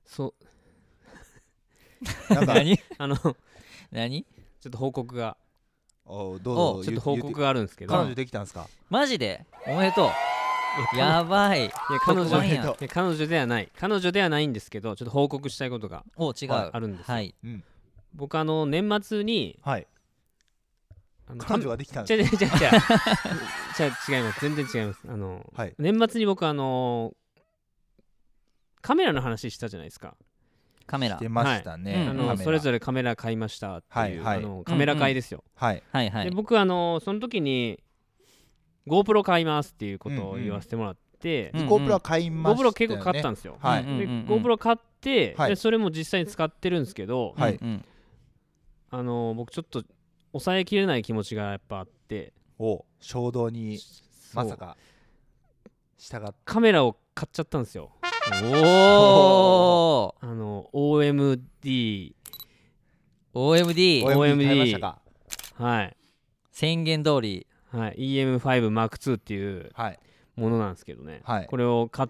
そうなんか何何ちょっと報告がどうぞちょっと報告があるんですけど、 彼女できたんですか？ マジでおめでとう。やばい。 いや彼女特番やいや彼女ではないんですけど、ちょっと報告したいことがお違う、 あるんですよ。 はい。 僕年末にはい彼女ができたん違う違う違う違うですか？ 違います、全然違います。 はい年末に僕カメラの話したじゃないですか。 カメラしてましたね、 はいカメラそれぞれカメラ買いましたっていう、 はいはいカメラ会ですよ。 はいはいはいで僕その時に GoPro 買いますっていうことを言わせてもらって、 うんうん GoPro 買いましたよね。 GoPro 結構買ったんですよ。 はいでうんうんうん GoPro 買って、 はいでそれも実際に使ってるんですけど、 はいうん僕ちょっと抑えきれない気持ちがやっぱあって、 お衝動にそうまさか従っカメラを買っちゃったんですよ。 おー OMD OMD OMD 買いましたか？ はい宣言通り。 はい、EM5M2 っていうはいものなんですけどね、 はいこれを買って、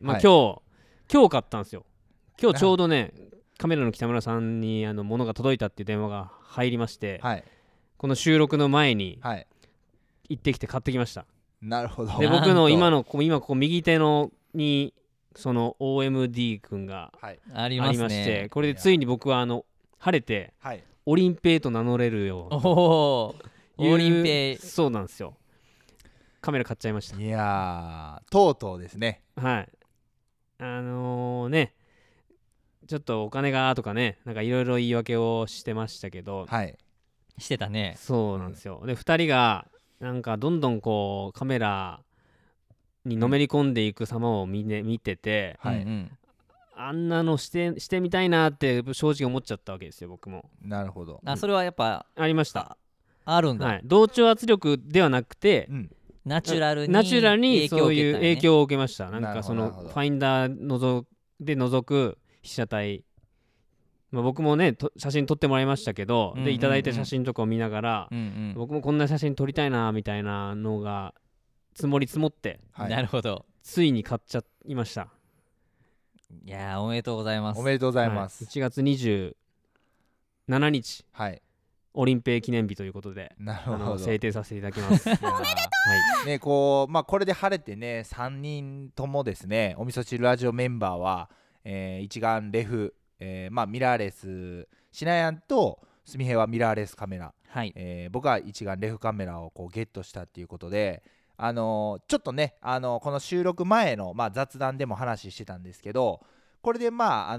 はい今日買ったんですよ。今日ちょうどねカメラの北村さんに物が届いたっていう電話が入りまして、 はいこの収録の前にはい行ってきて買ってきました。 なるほど。 でなんと僕の今ここ右手のにその OMD 君がはいありあますね。 りまして、これでついに僕は晴れてはいオリンペイと名乗れるよおおというオリンペイそうなんですよ。カメラ買っちゃいました。 いやーとうとうですね。 はいねちょっとお金がとかね、なんかいろいろ言い訳をしてましたけど、 はいしてたね。 そうなんですよ。で2人がなんかどんどんこうカメラにのめり込んでいく様を見てて、 はいうんうんあんなのしてみたいなって正直思っちゃったわけですよ。僕もなるほど。 あ、それはやっぱありました。 あるんだ、 はい、同調圧力ではなくて、 うんナチュラルにそういう影響を受けました。なんなるかそのほどなるほどファインダーで覗く被写体、僕もね写真撮ってもらいましたけど、 うんうんうんでいただいた写真とかを見ながら、 うんうん僕もこんな写真撮りたいなみたいなのが積もり積もってはいなるほど。 ついに買っちゃいました。 いやーおめでとうございます。 おめでとうございます。 はい、1月27日はいオリンピック記念日ということでなるほど。 制定させていただきます。はいねこうこれで晴れてね3人ともですねお味噌汁ラジオメンバーは、一眼レフ、ミラーレスシナヤンとすみへはミラーレスカメラ、 はい僕は一眼レフカメラをこうゲットしたっていうことで、ちょっとねこの収録前の、雑談でも話してたんですけど、これで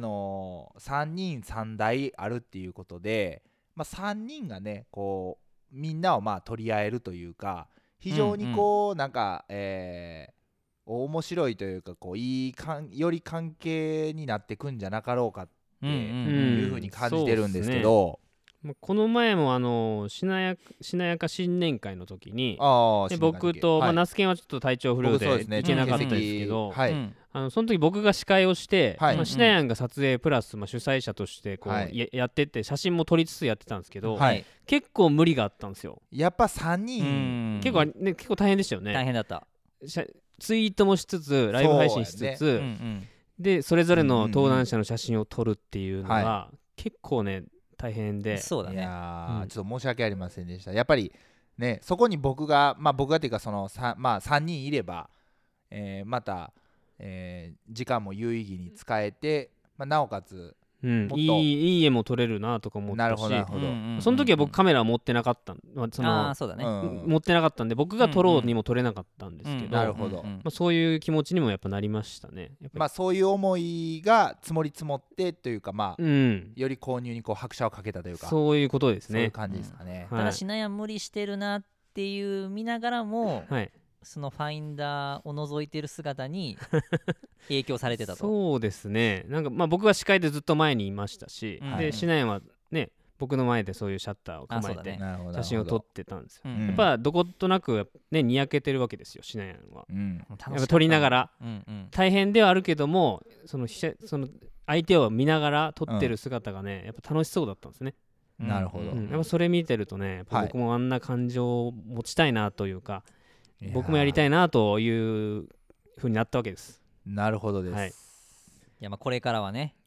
3人3台あるっていうことで、3人がねこうみんなを取り合えるというか非常にこう、なんか、面白いというかこうより関係になってくんじゃなかろうかっていう風に感じてるんですけど、 この前もしなやか新年会の時にで新年会の時僕と、 はいナスケンはちょっと体調不良で僕そうですね行けなかったんですけど、 はいうんその時僕が司会をして、 はいシナヤンが撮影プラス、主催者としてこう、 はいやってって写真も撮りつつやってたんですけど、 はい結構無理があったんですよ。 やっぱ3 う人、 ん結構大変でしたよね。 大変だった。 ツイートもしつつライブ配信しつつ、 そううんうんでそれぞれの登壇者の写真を撮るっていうのが、 は結構ね大変で、 いそうだね。 うんちょっと申し訳ありませんでした。やっぱりねそこに僕がっていうかその3人いれば、また、時間も有意義に使えて、なおかつもっといい絵も撮れるなとか思っなるたし、 ほどなるほど、 その時は僕カメラを持ってなかったそうだね。 持ってなかったんで僕が撮ろうにも撮れなかったんですけど、 なるほどそういう気持ちにもやっぱなりましたね。やっぱりそういう思いが積もり積もってというかうん、 より購入にこう拍車をかけたというかそういうことですね。 そういう感じですかね、 はいただしなや無理してるなっていう見ながらも、 はい、 そのファインダーを覗いてる姿に影響されてたと。 そうですね。なんか僕は司会でずっと前にいましたし、 うんでシナヤンはね僕の前でそういうシャッターを構えてあそうだねなるほど写真を撮ってたんですよ。 うんやっぱどことなくねにやけてるわけですよシナヤンは。 うん楽しかったやっぱ撮りながらうんうん大変ではあるけどもその相手を見ながら撮ってる姿がね、やっぱ楽しそうだったんですね。 なるほど、 やっぱそれ見てるとねやっぱ僕もあんな感情を持ちたいなというか、僕もやりたいなという風になったわけです。 なるほどです、 はいいやこれからはね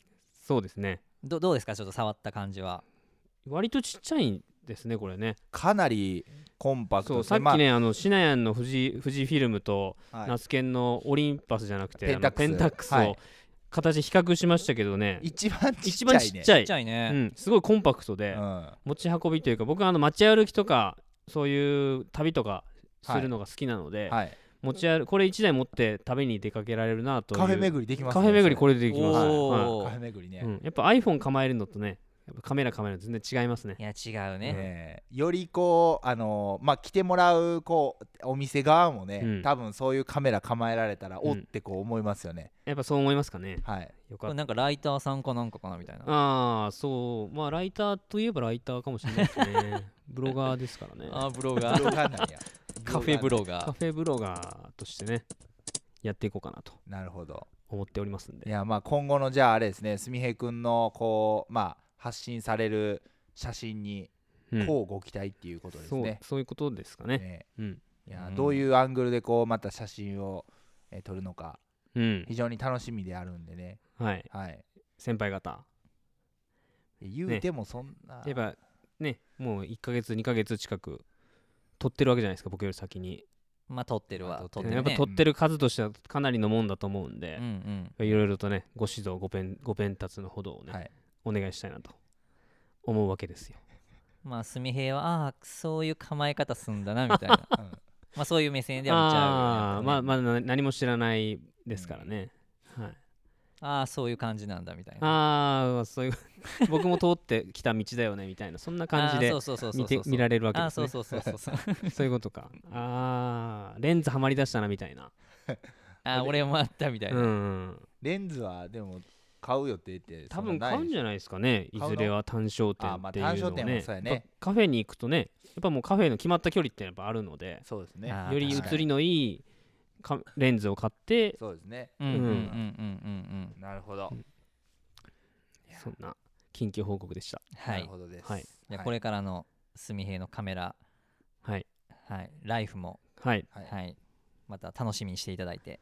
そうですね。 どうですか、ちょっと触った感じは。 割とちっちゃいんですねこれね。 かなりコンパクトそうですね。 さっきね、シナヤンの富士フィルムとはいナスケンのオリンパスじゃなくてペンタックスペンタックスをはい形比較しましたけどね、 一番ちっ一ちゃいね。 番ちっちゃいちっちゃいね、 すごいコンパクトで、 うん持ち運びというか、僕は街歩きとかそういう旅とかするのが好きなので、 はい、 これ1台持って旅に出かけられるなという。 カフェ巡りできますね。 カフェ巡りこれれでできます、 おーカフェ巡りね、 やっぱ iPhone 構えるのとね、やっぱカメラ構えるの全然違いますね。 いや違うね、 よりこう来てもらうこうお店側もね、多分そういうカメラ構えられたら、おってこう思いますよね。 やっぱそう思いますかね。 はい。 これよかった。 なんかライターさんかなんかかなみたいな。 ああ、そうまあライターといえばライターかもしれないですね。ブロガーですからね。 ブロブガーロガーなんや。 カフェブロガー。 カフェブロガーとしてねやっていこうかなとなるほど。 思っておりますんで。 いや今後のじゃああれですね、すみへくんのこう発信される写真にこうご期待っていうことですね。 そういうことですかね。 いやどういうアングルでこうまた写真を撮るのか非非常に楽しみであるんでね。 はいはい。 先輩方言うてもそんな、 やっぱね、もう1ヶ月2ヶ月近く撮ってるわけじゃないですか、僕より先に。 撮ってるわ、撮ってるね。 やっぱ撮ってる数としてはかなりのもんだと思うんで、いろいろとねご指導ご鞭達のほどをね、お願いしたいなと思うわけですよ。 すみへいはそういう構え方すんだなみたいな、そういう目線では見ちゃうよね。 何も知らないですからね。はい。 そういう感じなんだみたいな。 そういう僕も通ってきた道だよねみたいな、そんな感じで見られるわけですね。そういうことか。レンズはまりだしたなみたいな。 俺もあったみたいな。 レンズはでも買う予定って多分買うんじゃないですかね。いずれは単焦点っていうのをね。カフェに行くとね、やっぱもうカフェの決まった距離ってやっぱあるので、 そうですね。 より写りのいいレンズを買って、 そうですね。なるほど。 そんな緊急報告でした。 なるほどです。 これからのすみへいのカメラ、ライフもまた楽しみにしていただいて。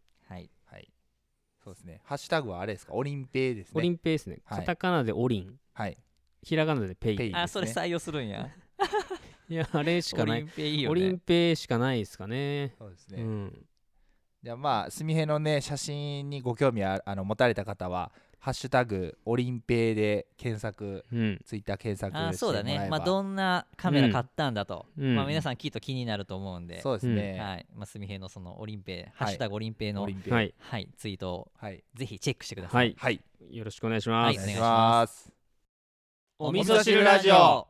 そうですね。ハッシュタグはあれですか、オリンペイですね。 オリンペイですね。カタカナでオリン、ひらがなでペイ。 それ採用するんや。 いや、あれしかない。オリンペイしかないですかね。 そうですね。じゃあすみへのね写真にご興味持たれた方はハッシュタグオリンペイで検索、ツイッター検索してもらえば。 そうだね。どんなカメラ買ったんだと、皆さんきっと気になると思うんで。 そうですね。 すみへのそのオリンペイ、ハッシュタグオリンペイのツイートをぜひチェックしてください。 よろしくお願いします。 お願いします。 お味噌汁ラジオ。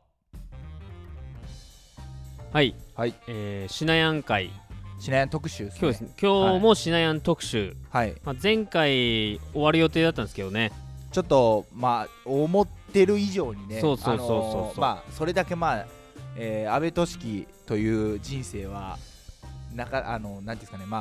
シナヤン会。 シナヤン特集ですね。 今日もシナヤン特集。前回終わる予定だったんですけどね。 ちょっと思ってる以上にね。それだけ安倍俊樹という人生はなんていうんですかね、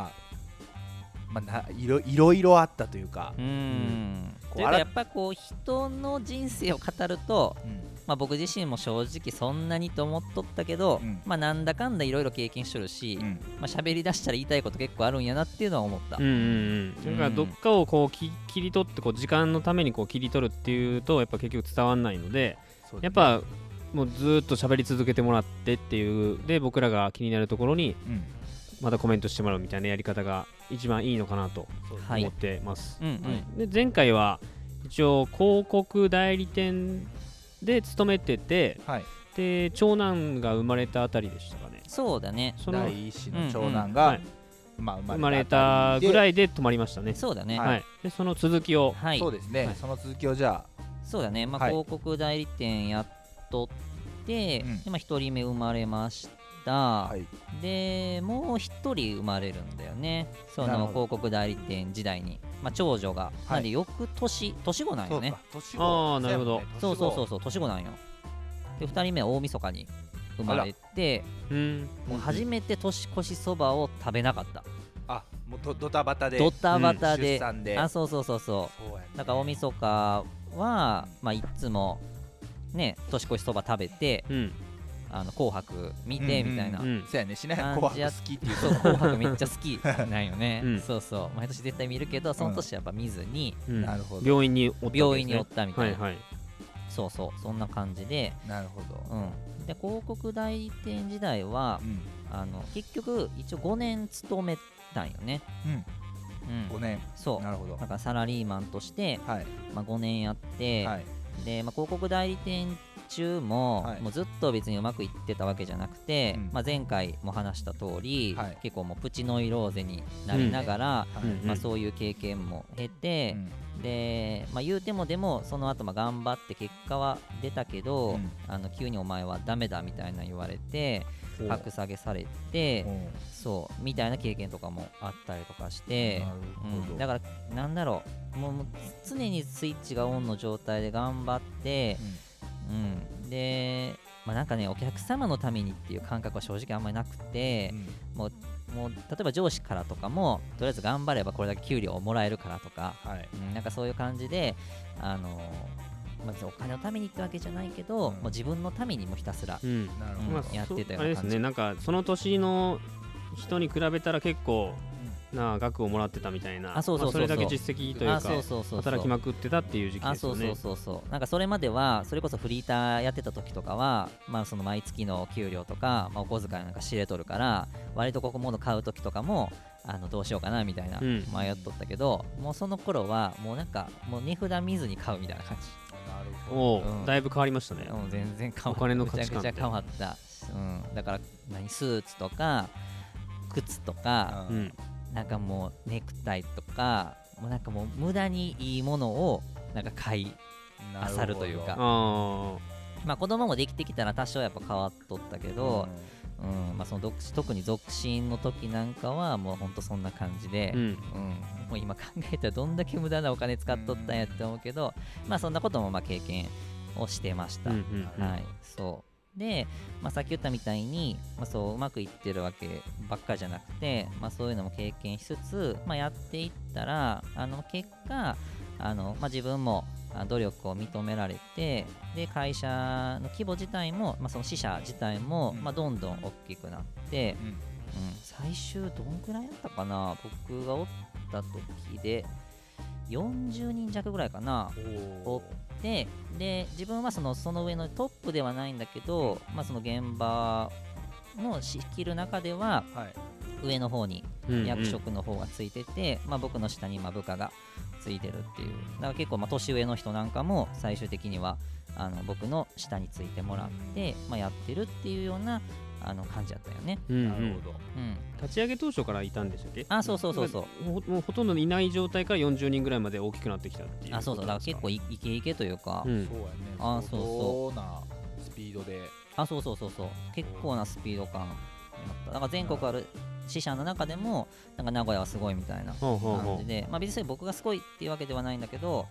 いろいろあったというか。 やっぱ人の人生を語ると、僕自身も正直そんなにと思っとったけど、なんだかんだいろいろ経験しとるし、喋り出したら言いたいこと結構あるんやなっていうのは思った。 だからどっかを切り取って時間のために切り取るっていうとやっぱ結局伝わんないので、やっぱもうずっと喋り続けてもらってっていうで、僕らが気になるところにまたコメントしてもらうみたいなやり方が一番いいのかなと思ってます。で前回は一応広告代理店で勤めてて、で長男が生まれたあたりでしたかね。 そうだね。 その第一子の長男が生まれたぐらいで止まりましたね。 そうだね。 でその続きを、 そうですね。その続きをじゃあ。 そうだね。広告代理店やっとって今1人目生まれました。でもう1人生まれるんだよね。その広告代理店時代に。長女がなんで翌年後なんよね。 なるほど。 そう年後なんよ。で2人目は大晦日に生まれて、もう初めて年越しそばを食べなかった。 もうドタバタで出産で。そうだから大晦日はいつもね年越しそば食べて、 紅白見てみたいな、 そうやね、しない紅白好きっていうそう紅白めっちゃ好きなんよね、そうそう毎年絶対見るけどその年やっぱ見ずに、 なるほど病院におったみたいな、そうそうそんな感じで、 なるほど、 で広告代理店時代は、結局一応5年勤めたんよね。 5年。 そう。 なるほど。 だからサラリーマンとして、5年やって、で、広告代理店中も、もうずっと別にうまくいってたわけじゃなくて、前回も話した通り、結構もうプチノイローゼになりながら、そういう経験も経て、で、言うてもでもその後頑張って結果は出たけど、急にお前はダメだみたいな言われて格下げされて、そうみたいな経験とかもあったりとかして、だからなんだろう、もう常にスイッチがオンの状態で頑張って、でなんかねお客様のためにっていう感覚は正直あんまりなくて、もう例えば上司からとかもとりあえず頑張ればこれだけ給料をもらえるからとか、なんかそういう感じでお金のためにってわけじゃないけど、もう自分のためにもひたすら、やってたような感じ。 あれですね、なんかその年の人に比べたら結構な額をもらってたみたいな、それだけ実績というか働きまくってたっていう時期ですよね。 なんかそれまではそれこそフリーターやってた時とかは、その毎月の給料とか、お小遣いなんか知れとるから割とここ物買う時とかもどうしようかなみたいな迷っとったけど、もうその頃はもうなんかもう値札見ずに買うみたいな感じ。 だいぶ変わりましたね。 全然変わった。 お金の価値観めちゃくちゃ変わった。だからスーツとか靴とか、なんかもうネクタイとかもうなんかもう無駄にいいものをなんか買い漁るというか、子供もできてきたら多少やっぱ変わっとったけど、その特に独身の時なんかはもうほんとそんな感じで、もう今考えたらどんだけ無駄なお金使っとったんやって思うけど、そんなことも経験をしてました。そうで、さっき言ったみたいに、そううまくいってるわけばっかじゃなくて、そういうのも経験しつつ、やっていったら結果自分も努力を認められて、で会社の規模自体も、その支社自体も、どんどん大きくなって、最終どんくらいやったかな、僕がおった時で40人弱ぐらいかなおって、で自分はその上のトップではないんだけど、その現場の仕切る中では、上の方に役職の方がついてて、僕の下に部下がついてるっていう、だから結構年上の人なんかも最終的には僕の下についてもらって、やってるっていうような感じだったよね。 なるほど。 立ち上げ当初からいたんでしたっけ？ そうもうほとんどいない状態から40人ぐらいまで大きくなってきたっていう。 だから結構イケイケというか、 そうやね、相当なスピードで、 結構なスピード感だった。だから全国ある支社の中でもなんか名古屋はすごいみたいな感じで、別に僕がすごいっていうわけではないんだけど、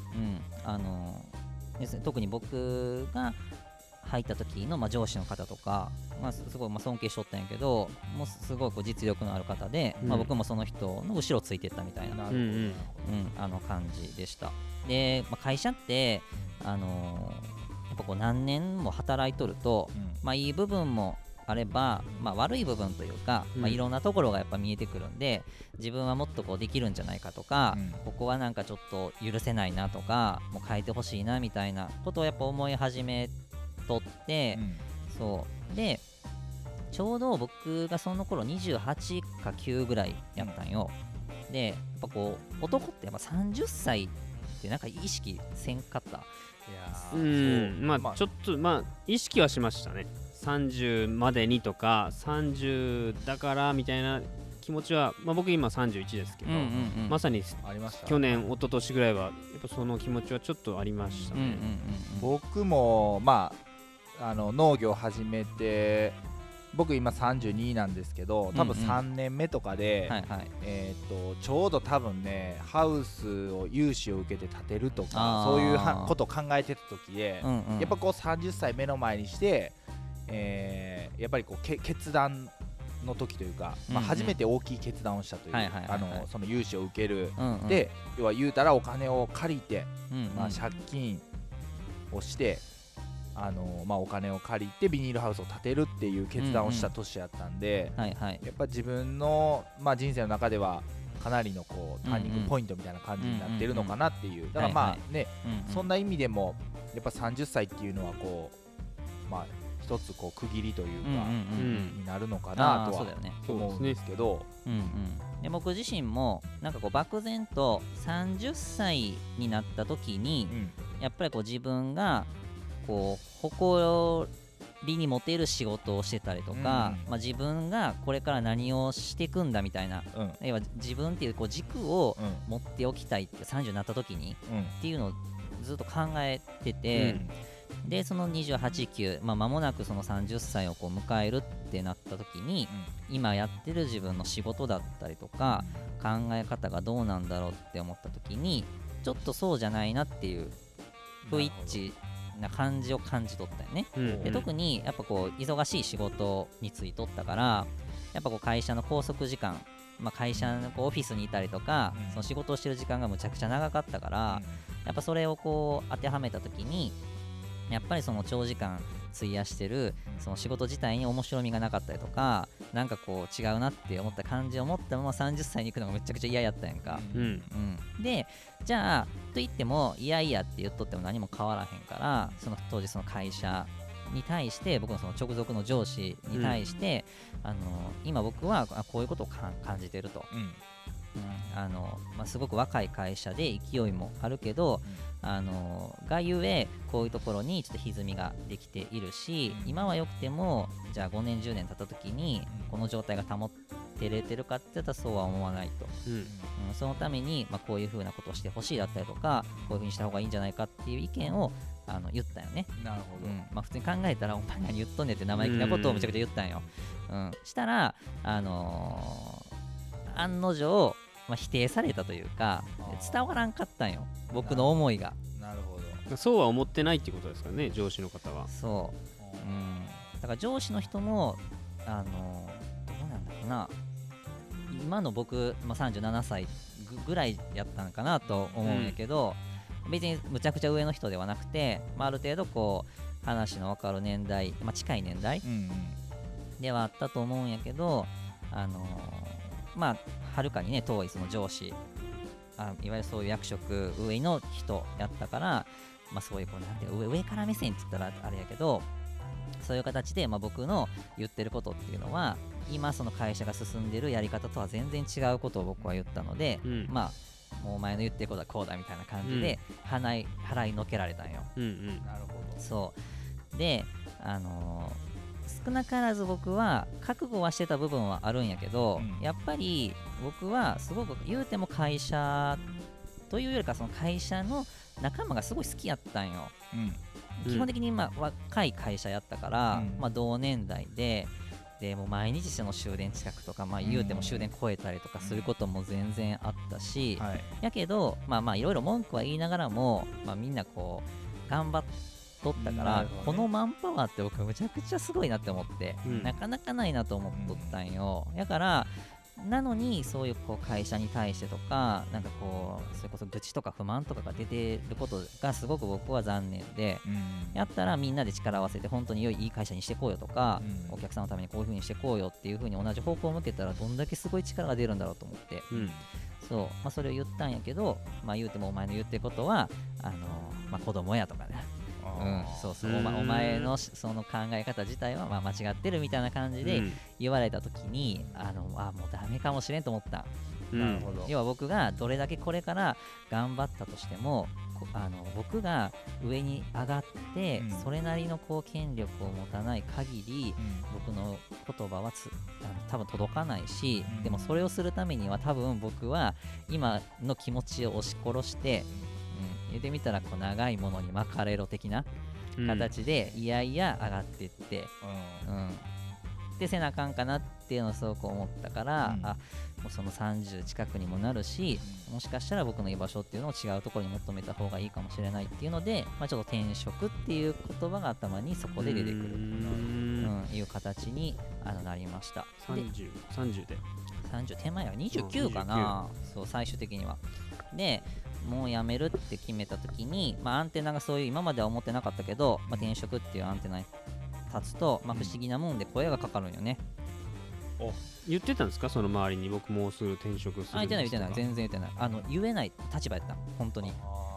特に僕が入った時の上司の方とか、すごい尊敬しとったんやけど、もうすごい実力のある方で、僕もその人の後ろついてったみたいな感じでした。で、会社ってやっぱ何年も働いとると、いい部分もあれば、悪い部分というか、いろんなところがやっぱ見えてくるんで、自分はもっとできるんじゃないかとか、ここはなんかちょっと許せないなとか、もう変えてほしいなみたいなことをやっぱ思い始めとって、そうでちょうど僕がその頃28か9ぐらいやったんよ。でやっぱ男ってやっぱ30歳ってなんか意識せんかった。 ちょっと意識はしましたね。30までにとか30だからみたいな気持ちは、僕今31ですけど、まさに去年一昨年ぐらいはやっぱその気持ちはちょっとありましたね。 僕も農業始めて、僕今32なんですけど、多分3年目とかで、ちょうど多分ねハウスを融資を受けて建てるとか、そういうことを考えてた時で、やっぱ30歳目の前にして、やっぱり決断の時というか、初めて大きい決断をしたという、その融資を受ける、で要は言うたらお金を借りて、借金をしてお金を借りてビニールハウスを建てるっていう決断をした年やったんで、やっぱ自分の、人生の中ではかなりのこうターニングポイントみたいな感じになってるのかなっていう。だからそんな意味でもやっぱ30歳っていうのはこう一つこう区切りというかになるのかなとは思うんですけど、 で僕自身もなんかこう漠然と30歳になった時に、やっぱりこう自分がこう誇りに持てる仕事をしてたりとか、自分がこれから何をしていくんだみたいな、要は自分っていうこう軸を持っておきたいって30になった時に、っていうのをずっと考えてて、でその28、9、間もなくその30歳をこう迎えるってなった時に、今やってる自分の仕事だったりとか考え方がどうなんだろうって思った時に、ちょっとそうじゃないなっていう不一致な感じを感じ取ったよね。で特にやっぱこう忙しい仕事についとったから、やっぱこう会社の拘束時間、会社のこうオフィスにいたりとか、その仕事をしてる時間がむちゃくちゃ長かったから、やっぱそれをこう当てはめた時に、やっぱりその長時間費やしてるその仕事自体に面白みがなかったりとか、なんかこう違うなって思った感じを持ったまま30歳に行くのがめちゃくちゃ嫌やったやんか。でじゃあと言ってもいやいやって言っとっても何も変わらへんから、その当時その会社に対して、僕のその直属の上司に対して、今僕はこういうことを感じてると、すごく若い会社で勢いもあるけど、がゆえこういうところにちょっと歪みができているし、今は良くてもじゃあ5年10年経った時にこの状態が保ってれてるかって言ったらそうは思わないと、そのためにこういう風なことをしてほしいだったりとか、こういう風にした方がいいんじゃないかっていう意見を言ったよね。 なるほど。 普通に考えたらお前何言っとんねんって生意気なことをめちゃくちゃ言ったんよ。したら案の定否定されたというか、伝わらんかったんよ、僕の思いが。 なるほど。 そうは思ってないってことですかね、上司の方は。 そう、だから上司の人もどうなんだろうな、今の僕、37歳ぐらいやったんかなと思うんやけど、別にむちゃくちゃ上の人ではなくて、ある程度こう話の分かる年代、近い年代ではあったと思うんやけど、はるかにね遠いその上司、いわゆるそういう役職上の人やったから、そういうこうなんていう上から目線って言ったらあれやけど、そういう形で僕の言ってることっていうのは、今その会社が進んでるやり方とは全然違うことを僕は言ったので、もうお前の言ってることはこうだみたいな感じで払いのけられたんよ。 なるほど。 そうで少なからず僕は覚悟はしてた部分はあるんやけど、やっぱり僕はすごく言うても会社というよりかその会社の仲間がすごい好きやったんよ。基本的に若い会社やったから、同年代でもう毎日その終電近くとか、言うても終電超えたりとかすることも全然あったし、やけどいろいろ文句は言いながらも、みんなこう頑張ってとったから、このマンパワーって僕むちゃくちゃすごいなって思って、なかなかないなと思っとったんよ。だからなのにそういうこう会社に対してとか、なんかこうそれこそ愚痴とか不満とかが出てることがすごく僕は残念で、やったらみんなで力を合わせて本当にいい会社にしてこうよとか、お客さんのためにこういう風にしてこうよっていう風に同じ方向を向けたらどんだけすごい力が出るんだろうと思って、そう、それを言ったんやけど、言うてもお前の言ってることは子供やとかね、そうそう、お前のその考え方自体は間違ってるみたいな感じで言われた時に、もうダメかもしれんと思った。 なるほど。 要は僕がどれだけこれから頑張ったとしても、僕が上に上がって、それなりのこう権力を持たない限り、僕の言葉は多分届かないし、でもそれをするためには多分僕は今の気持ちを押し殺して、言ってみたらこう長いものに巻かれろ的な形でいやいや上がっていって、でせなあかんかなっていうのをすごく思ったから、もうその30近くにもなるし、もしかしたら僕の居場所っていうのを違うところに求めた方がいいかもしれないっていうので、ちょっと転職っていう言葉が頭にそこで出てくる、いう形になりました。 30で 30手前は29かな、そう最終的には。でもう辞めるって決めた時に、アンテナがそういう今までは思ってなかったけど、転職っていうアンテナに立つと、不思議なもんで声がかかるんよね。 言ってたんですか、その周りに僕もうすぐ転職するんですとか。 言ってない全然言ってない。言えない立場やった本当に。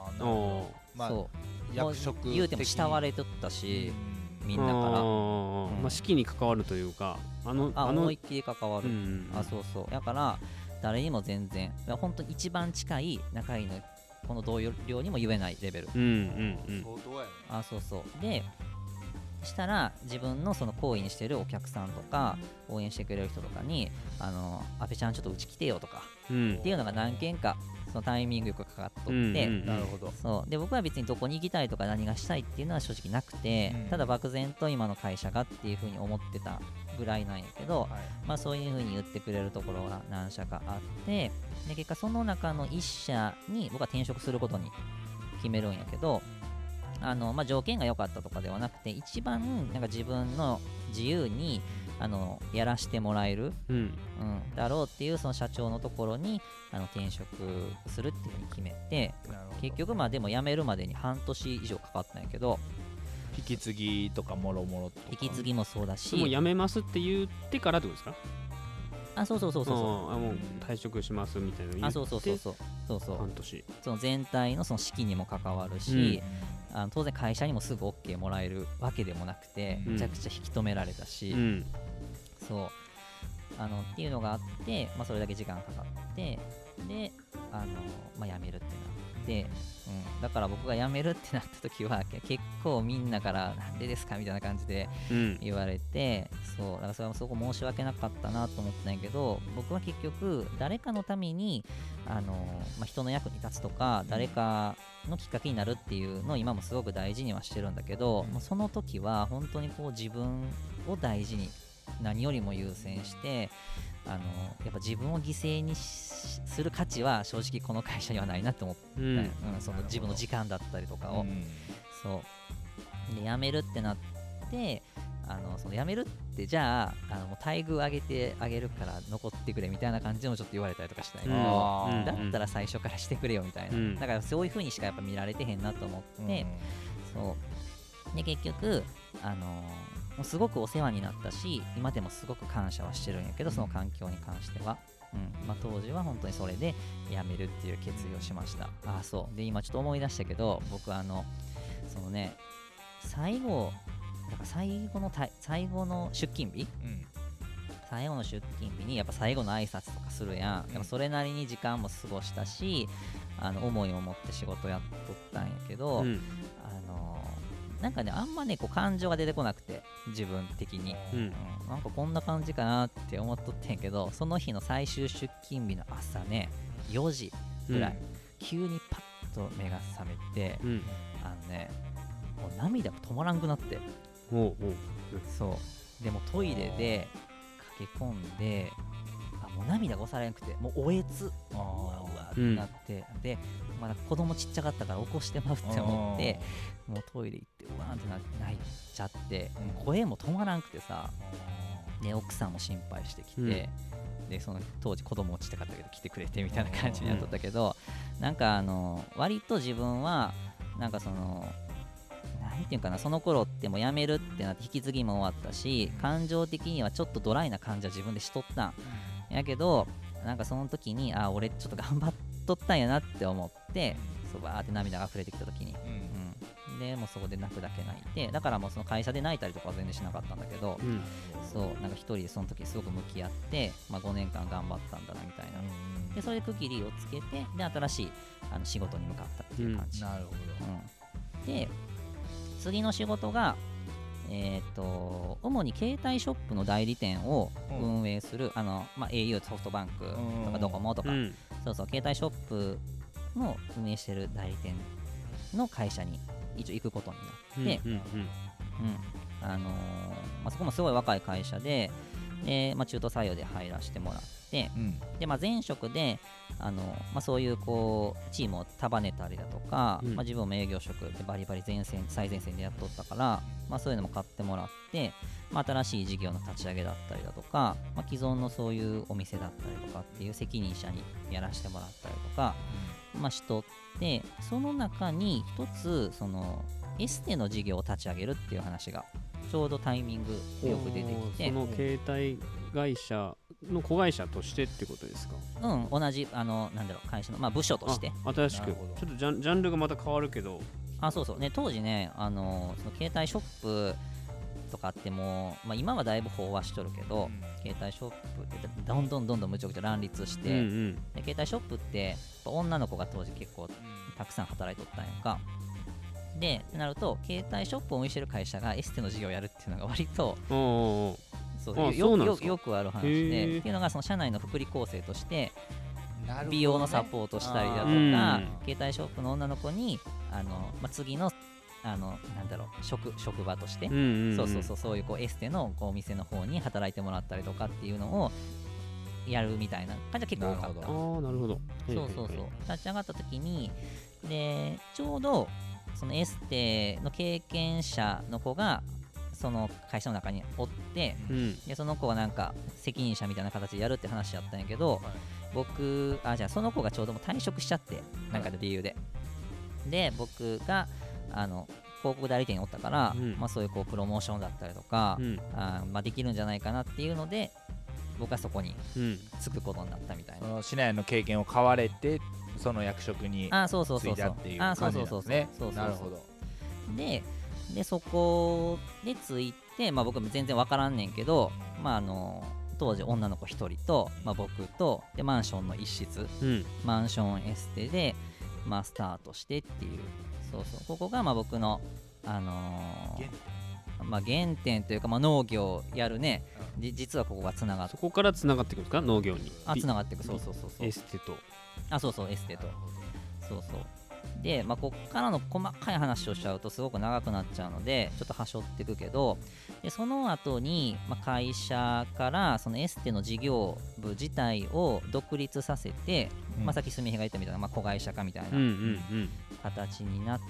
そう役職的言うても慕われとったし、みんなから士気に関わるというか、 思いっきり関わる。そうだから誰にも全然本当に一番近い仲いいのこの同僚にも言えないレベル。 相当やね。 そうでしたら自分のその行為にしてるお客さんとか応援してくれる人とかに阿部ちゃんちょっとうち来てよとか、っていうのが何件かそのタイミングよくかかっとって、 なるほど。 そうで僕は別にどこに行きたいとか何がしたいっていうのは正直なくて、ただ漠然と今の会社がっていう風に思ってたぐらいなんやけど、そういう風に言ってくれるところが何社かあって、で結果その中の1社に僕は転職することに決めるんやけど、条件が良かったとかではなくて、一番なんか自分の自由にやらしてもらえる、だろうっていうその社長のところに転職するっていうふうに決めて、結局でも辞めるまでに半年以上かかったんやけど、 引き継ぎとかもろもろとか、 引き継ぎもそうだし、 もう辞めますって言ってからってことですか。 そうもう退職しますみたいなの言って、 そう半年その全体のその式にも関わるし、当然会社にもすぐ OK もらえるわけでもなくて、めちゃくちゃ引き止められたし、そうっていうのがあって、それだけ時間かかって、で辞めるってなって、だから僕が辞めるってなった時は結構みんなからなんでですかみたいな感じで言われて、そうだからそれはすごく申し訳なかったなと思ったんやけど、僕は結局誰かのために人の役に立つとか誰かのきっかけになるっていうのを今もすごく大事にはしてるんだけど、その時は本当にこう自分を大事に何よりも優先して、やっぱ自分を犠牲にする価値は正直この会社にはないなって思った、その自分の時間だったりとかを、そうで辞めるってなって、その辞めるってじゃあもう待遇上げてあげるから残ってくれみたいな感じでもちょっと言われたりとかしたんやけど、だったら最初からしてくれよみたいな、だからそういう風にしかやっぱ見られてへんなと思って、そうで結局もうすごくお世話になったし、今でもすごく感謝はしてるんやけど、その環境に関しては、当時は本当にそれで辞めるっていう決意をしました。そうで今ちょっと思い出したけど、僕そのね最後の出勤日、最後の出勤日にやっぱ最後の挨拶とかするやん。やっぱそれなりに時間も過ごしたし、思いを持って仕事やっとったんやけど、なんかねあんまねこう感情が出てこなくて、自分的に、なんかこんな感じかなって思っとってんけど、その日の最終出勤日の朝ね4時ぐらい、急にパッと目が覚めて、もう涙が止まらんくなって、そうでもトイレで駆け込んで、もう涙が抑えなくて、もうおえつうわってなって、でまだ子供ちっちゃかったから起こしてまうって思って、もうトイレ行ってうわーって泣いちゃって、声も止まらんくてさ、で奥さんも心配してきて、でその当時子供ちっちゃかったけど来てくれてみたいな感じになっとったけど、なんか割と自分はなんかそのなんていうかな、その頃ってもう辞めるってなって引き継ぎも終わったし、感情的にはちょっとドライな感じは自分でしとったんやけど、なんかその時に俺ちょっと頑張っとったんやなって思って、そうバーって涙が溢れてきた時に、でもうそこで泣くだけ泣いて、だからもうその会社で泣いたりとかは全然しなかったんだけど、そうなんか一人でその時すごく向き合って、5年間頑張ったんだなみたいな、でそれで区切りをつけて、で新しい仕事に向かったっていう感じ。 なるほど。 で次の仕事が主に携帯ショップの代理店を運営する、au ソフトバンクとかドコモとか、携帯ショップの運営してる代理店の会社に一応行くことになって、そこもすごい若い会社で、 で、中途採用で入らせてもらって、で前職でそういうこうチームを束ねたりだとか、自分も営業職でバリバリ最前線でやっとったから、そういうのも買ってもらって、新しい事業の立ち上げだったりだとか、既存のそういうお店だったりとかっていう責任者にやらせてもらったりとか、しとって、その中に一つそのエステの事業を立ち上げるっていう話がちょうどタイミングよく出てきて、 その携帯会社の子会社としてってことですか？ 同じなんだろう会社の、部署として新しくちょっとジャンルがまた変わるけど、 そうね、当時ねその携帯ショップとかってもう、今はだいぶ飽和しとるけど、携帯ショップってどんどんむちゃくちゃ乱立して、で携帯ショップって女の子が当時結構たくさん働いとったんやんか。でってなると携帯ショップを運営してる会社がエステの事業をやるっていうのが割とよくある話で、っていうのがその社内の福利厚生として美容のサポートしたりだとか、携帯ショップの女の子に次のなんだろう職場として、そういうこうエステのこうお店の方に働いてもらったりとかっていうのをやるみたいな感じは結構多かった。 なるほど。 そう立ち上がった時に、でちょうどそのエステの経験者の子がその会社の中におって、でその子はなんか責任者みたいな形でやるって話やったんやけど、じゃあその子がちょうども退職しちゃって、なんかの理由で、で僕が広告代理店におったから、そういうこうプロモーションだったりとか、できるんじゃないかなっていうので、僕はそこに就くことになったみたいな。 その市内の経験を買われてその役職に就いたっていう感じなんですね。なるほど。 でそこでついて、僕も全然分からんねんけど、当時女の子1人と、僕とでマンションの一室、マンションエステで、スタートしてっていう、ここが僕の、原点というか、農業をやるね、実はここがつながって、 そこからつながっていくんですか、農業に。 つながっていく。 エステとエステとで、こっからの細かい話をしちゃうとすごく長くなっちゃうのでちょっとはしょっていくけど、でその後に、会社からそのエステの事業部自体を独立させて、さっきすみへが言ったみたいな、子会社化みたいな形になって、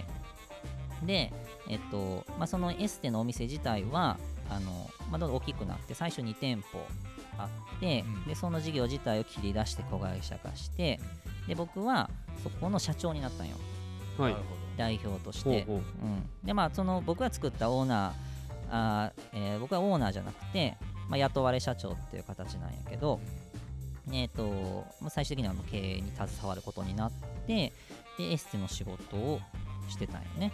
で、そのエステのお店自体はどんどん大きくなって、最初2店舗あって、でその事業自体を切り出して子会社化して、で僕はそこの社長になったんよ、代表として。でその僕が作ったオーナー、僕はオーナーじゃなくて、雇われ社長っていう形なんやけど、最終的には経営に携わることになって、でエステの仕事をしてたんよね。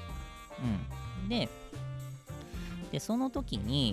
でその時に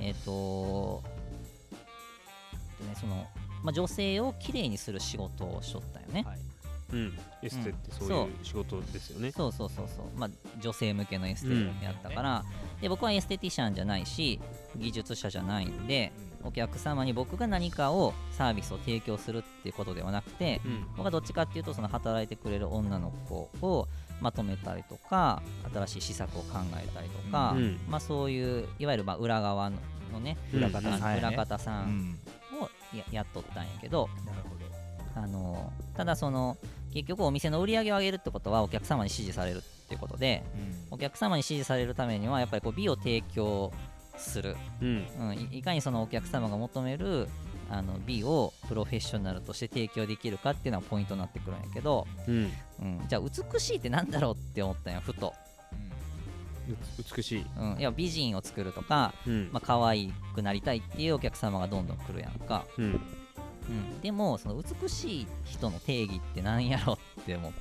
女性をきれいにする仕事をしとったよね。 エステってそういう仕事ですよね。 女性向けのエステやったから、で僕はエステティシャンじゃないし技術者じゃないんで、お客様に僕が何かをサービスを提供するっていうことではなくて、僕はどっちかっていうとその働いてくれる女の子をまとめたりとか、新しい施策を考えたりとか、そういういわゆる裏側のね、裏方さんをやっとったんやけど、ただその結局お店の売り上げを上げるってことはお客様に支持されるっていうことで、お客様に支持されるためにはやっぱりこう美を提供する、いかにそのお客様が求める美をプロフェッショナルとして提供できるかっていうのがポイントになってくるんやけど、じゃあ美しいってなんだろうって思ったんや、ふと。 美しい、 いや美人を作るとか、可愛くなりたいっていうお客様がどんどん来るやんか。でもその美しい人の定義ってなんやろって思って、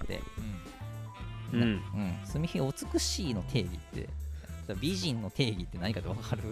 すみへ美しいの定義って、美人の定義って何かって分かる？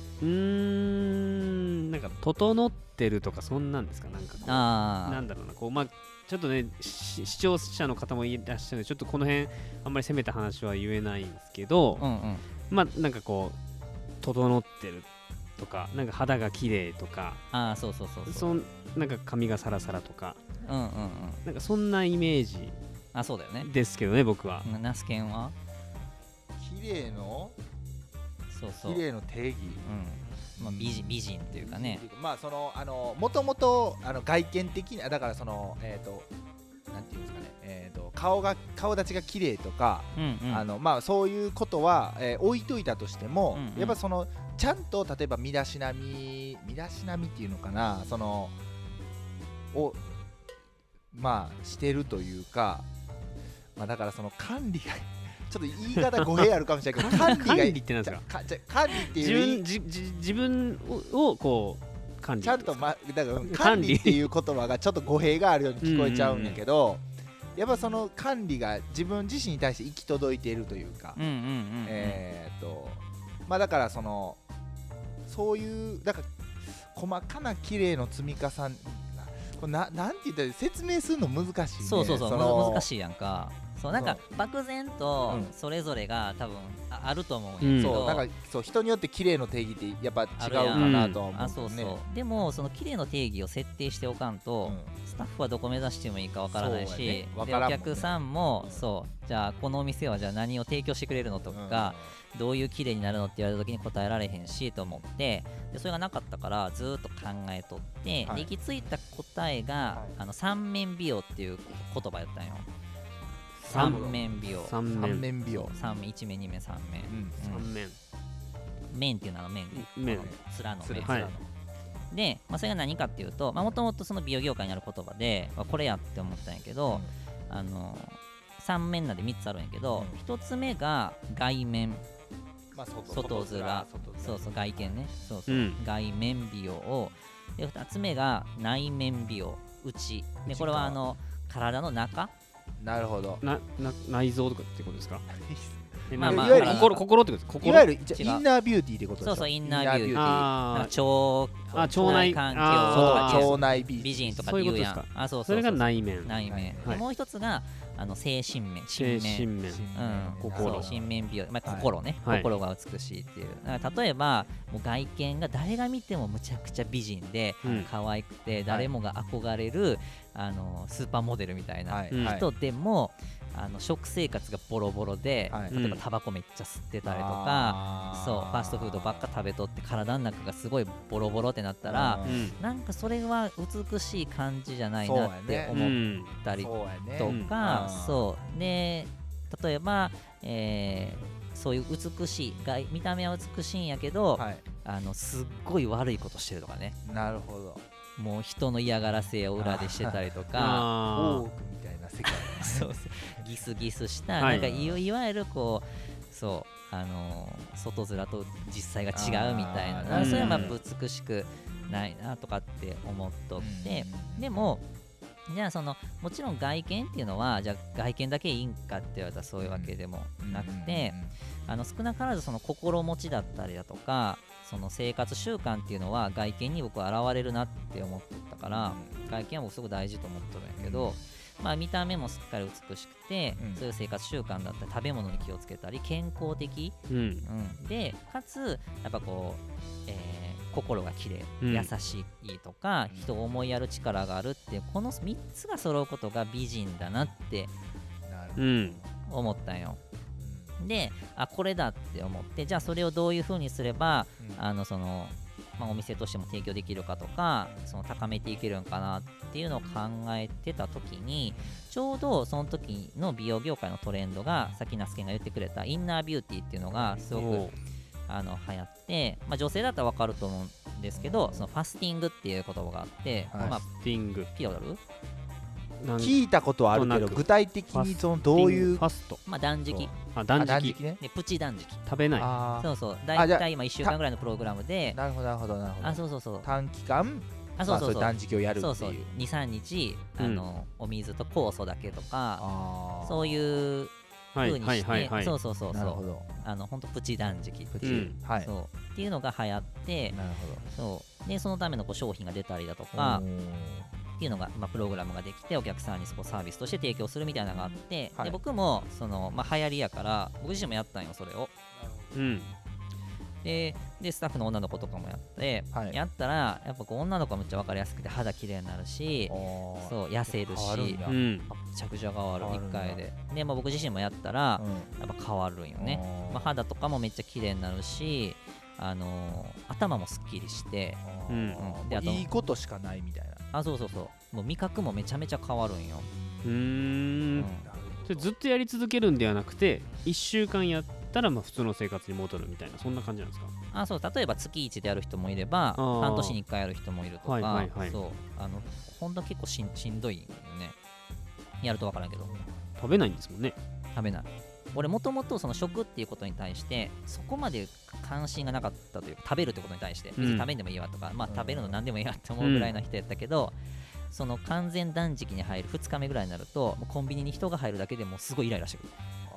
なんか整ってるとかそんなんですか？なんかこうなんだろうな、こうちょっとね、視聴者の方もいらっしゃるのでちょっとこの辺あんまり攻めた話は言えないんですけど、なんかこう整ってるとか、なんか肌が綺麗とか、なんか髪がサラサラとか、なんかそんなイメージそうだよねですけどね、僕は。 ナスケンは綺麗の定義、 まあ、美人っていうかね、 まあそのもともと外見的なだからそのなんていうんですかね、顔立ちが綺麗とか、まあそういうことは、置いといたとしても、やっぱそのちゃんと例えば身だしなみっていうのかな、そのをまあしてるというか、まあだからその管理がちょっと言い方語弊あるかもしれないけど管理ってなんですか？ 管理っていう自分をこう管理ちゃんと、だから管理っていう言葉がちょっと語弊があるように聞こえちゃうんやけど、やっぱその管理が自分自身に対して行き届いているというか、まあだからそういうだから細かな綺麗の積み重ね、なんて言ったら説明するの難しいね。 そう難しいやんか。そうなんか漠然とそれぞれが多分あると思うんやけど、 なんかそう人によって綺麗の定義ってやっぱ違うかなとは思うね。 でもその綺麗の定義を設定しておかんと、スタッフはどこ目指してもいいかわからないし、でお客さんもじゃあこのお店はじゃあ何を提供してくれるのとか、どういう綺麗になるのって言われた時に答えられへんしと思って、でそれがなかったからずっと考えとって、で行き着いた答えが三面美容っていう言葉やったんよ。三面美容、 三面美容、 三面、一面二面三面、 三面、 面っていうのは面の面はい、 で、まあ、それが何かっていうと、もともとその美容業界にある言葉で、これやって思ったんやけど、三面なんで3つあるんやけど、1つ目が外面、外面、外見ね、外面美容を、で2つ目が内面美容、内で、これは体の中、 なるほど、 内臓とかってことですか？ いわゆる心ってことですか？ いわゆるインナービューティーってことですか？ そうインナービューティー、 腸内環境とか腸内美人とかって言うやん。 それが内面。 もう一つが精神面、 心面美容、心ね、心が美しいっていう。例えばもう外見が誰が見てもむちゃくちゃ美人で可愛くて、誰もが憧れるスーパーモデルみたいな人でも、食生活がボロボロで、例えばタバコめっちゃ吸ってたりとか、ファーストフードばっか食べとって体の中がすごいボロボロってなったら、なんかそれは美しい感じじゃないなって思ったりとか、で例えば、そういう美しい見た目は美しいんやけど、すっごい悪いことしてるとかね。 なるほど。 もう人の嫌がらせを裏でしてたりとか、 大奥みたいな世界ギスギスした、なんかいわゆるこう外面と実際が違うみたいな、それはまあ美しくないなとかって思っとって、でもじゃあもちろん外見っていうのはじゃあ外見だけいいんかって言われたらそういうわけでもなくて、少なからず心持ちだったりだとか、その生活習慣っていうのは外見に僕は現れるなって思ってたから、外見は僕すごく大事と思っとるんやけど、見た目もすっかり美しくて、そういう生活習慣だったり食べ物に気をつけたり健康的、でかつやっぱこう、心が綺麗、優しいとか、人を思いやる力があるっていう、この3つが揃うことが美人だなって思ったんよ。でこれだって思って、じゃあそれをどういう風にすれば、お店としても提供できるかとか、高めていけるのかなっていうのを考えてた時に、ちょうどその時の美容業界のトレンドが、さっきナスケンが言ってくれたインナービューティーっていうのがすごく流行って、女性だったら分かると思うんですけど、ファスティングっていう言葉があって、 ファスティング聞いたことある？ 聞いたことはあるけど、具体的にどういうファスト、 断食、 断食ね、 プチ断食、 食べない。 だいたい今1週間ぐらいのプログラムで、 なるほど短期間断食をやるっていう、 2、3日お水と酵素だけとか、そういう風にして、ほんとプチ断食っていうのが流行って、でそのための商品が出たりだとかっていうのが、プログラムができて、お客さんにそこサービスとして提供するみたいなのがあって、で僕も流行りやから僕自身もやったんよ、それを。でスタッフの女の子とかもやって、やったらやっぱ女の子はめっちゃ分かりやすくて肌綺麗になるし、痩せるし、めちゃくちゃ変わる1回で。で、僕自身もやったらやっぱ変わるんよね。肌とかもめっちゃ綺麗になるし、 頭もすっきりして、 であといいことしかないみたいな。 そうもう味覚もめちゃめちゃ変わるんよ。 それずっとやり続けるんではなくて1週間やったら普通の生活に戻るみたいな、そんな感じなんですか？ そう、例えば月1でやる人もいれば半年に1回やる人もいるとか、そう本当は結構しんどいよね、やると分からんけど。 食べないんですもんね。 食べない。俺もともとその食っていうことに対してそこまで関心がなかったというか、食べるってことに対して別に食べんでもいいわとか、食べるの何でもいいわって思うぐらいの人やったけど、その完全断食に入る2日目ぐらいになるともうコンビニに人が入るだけでもうすごいイライラしてくる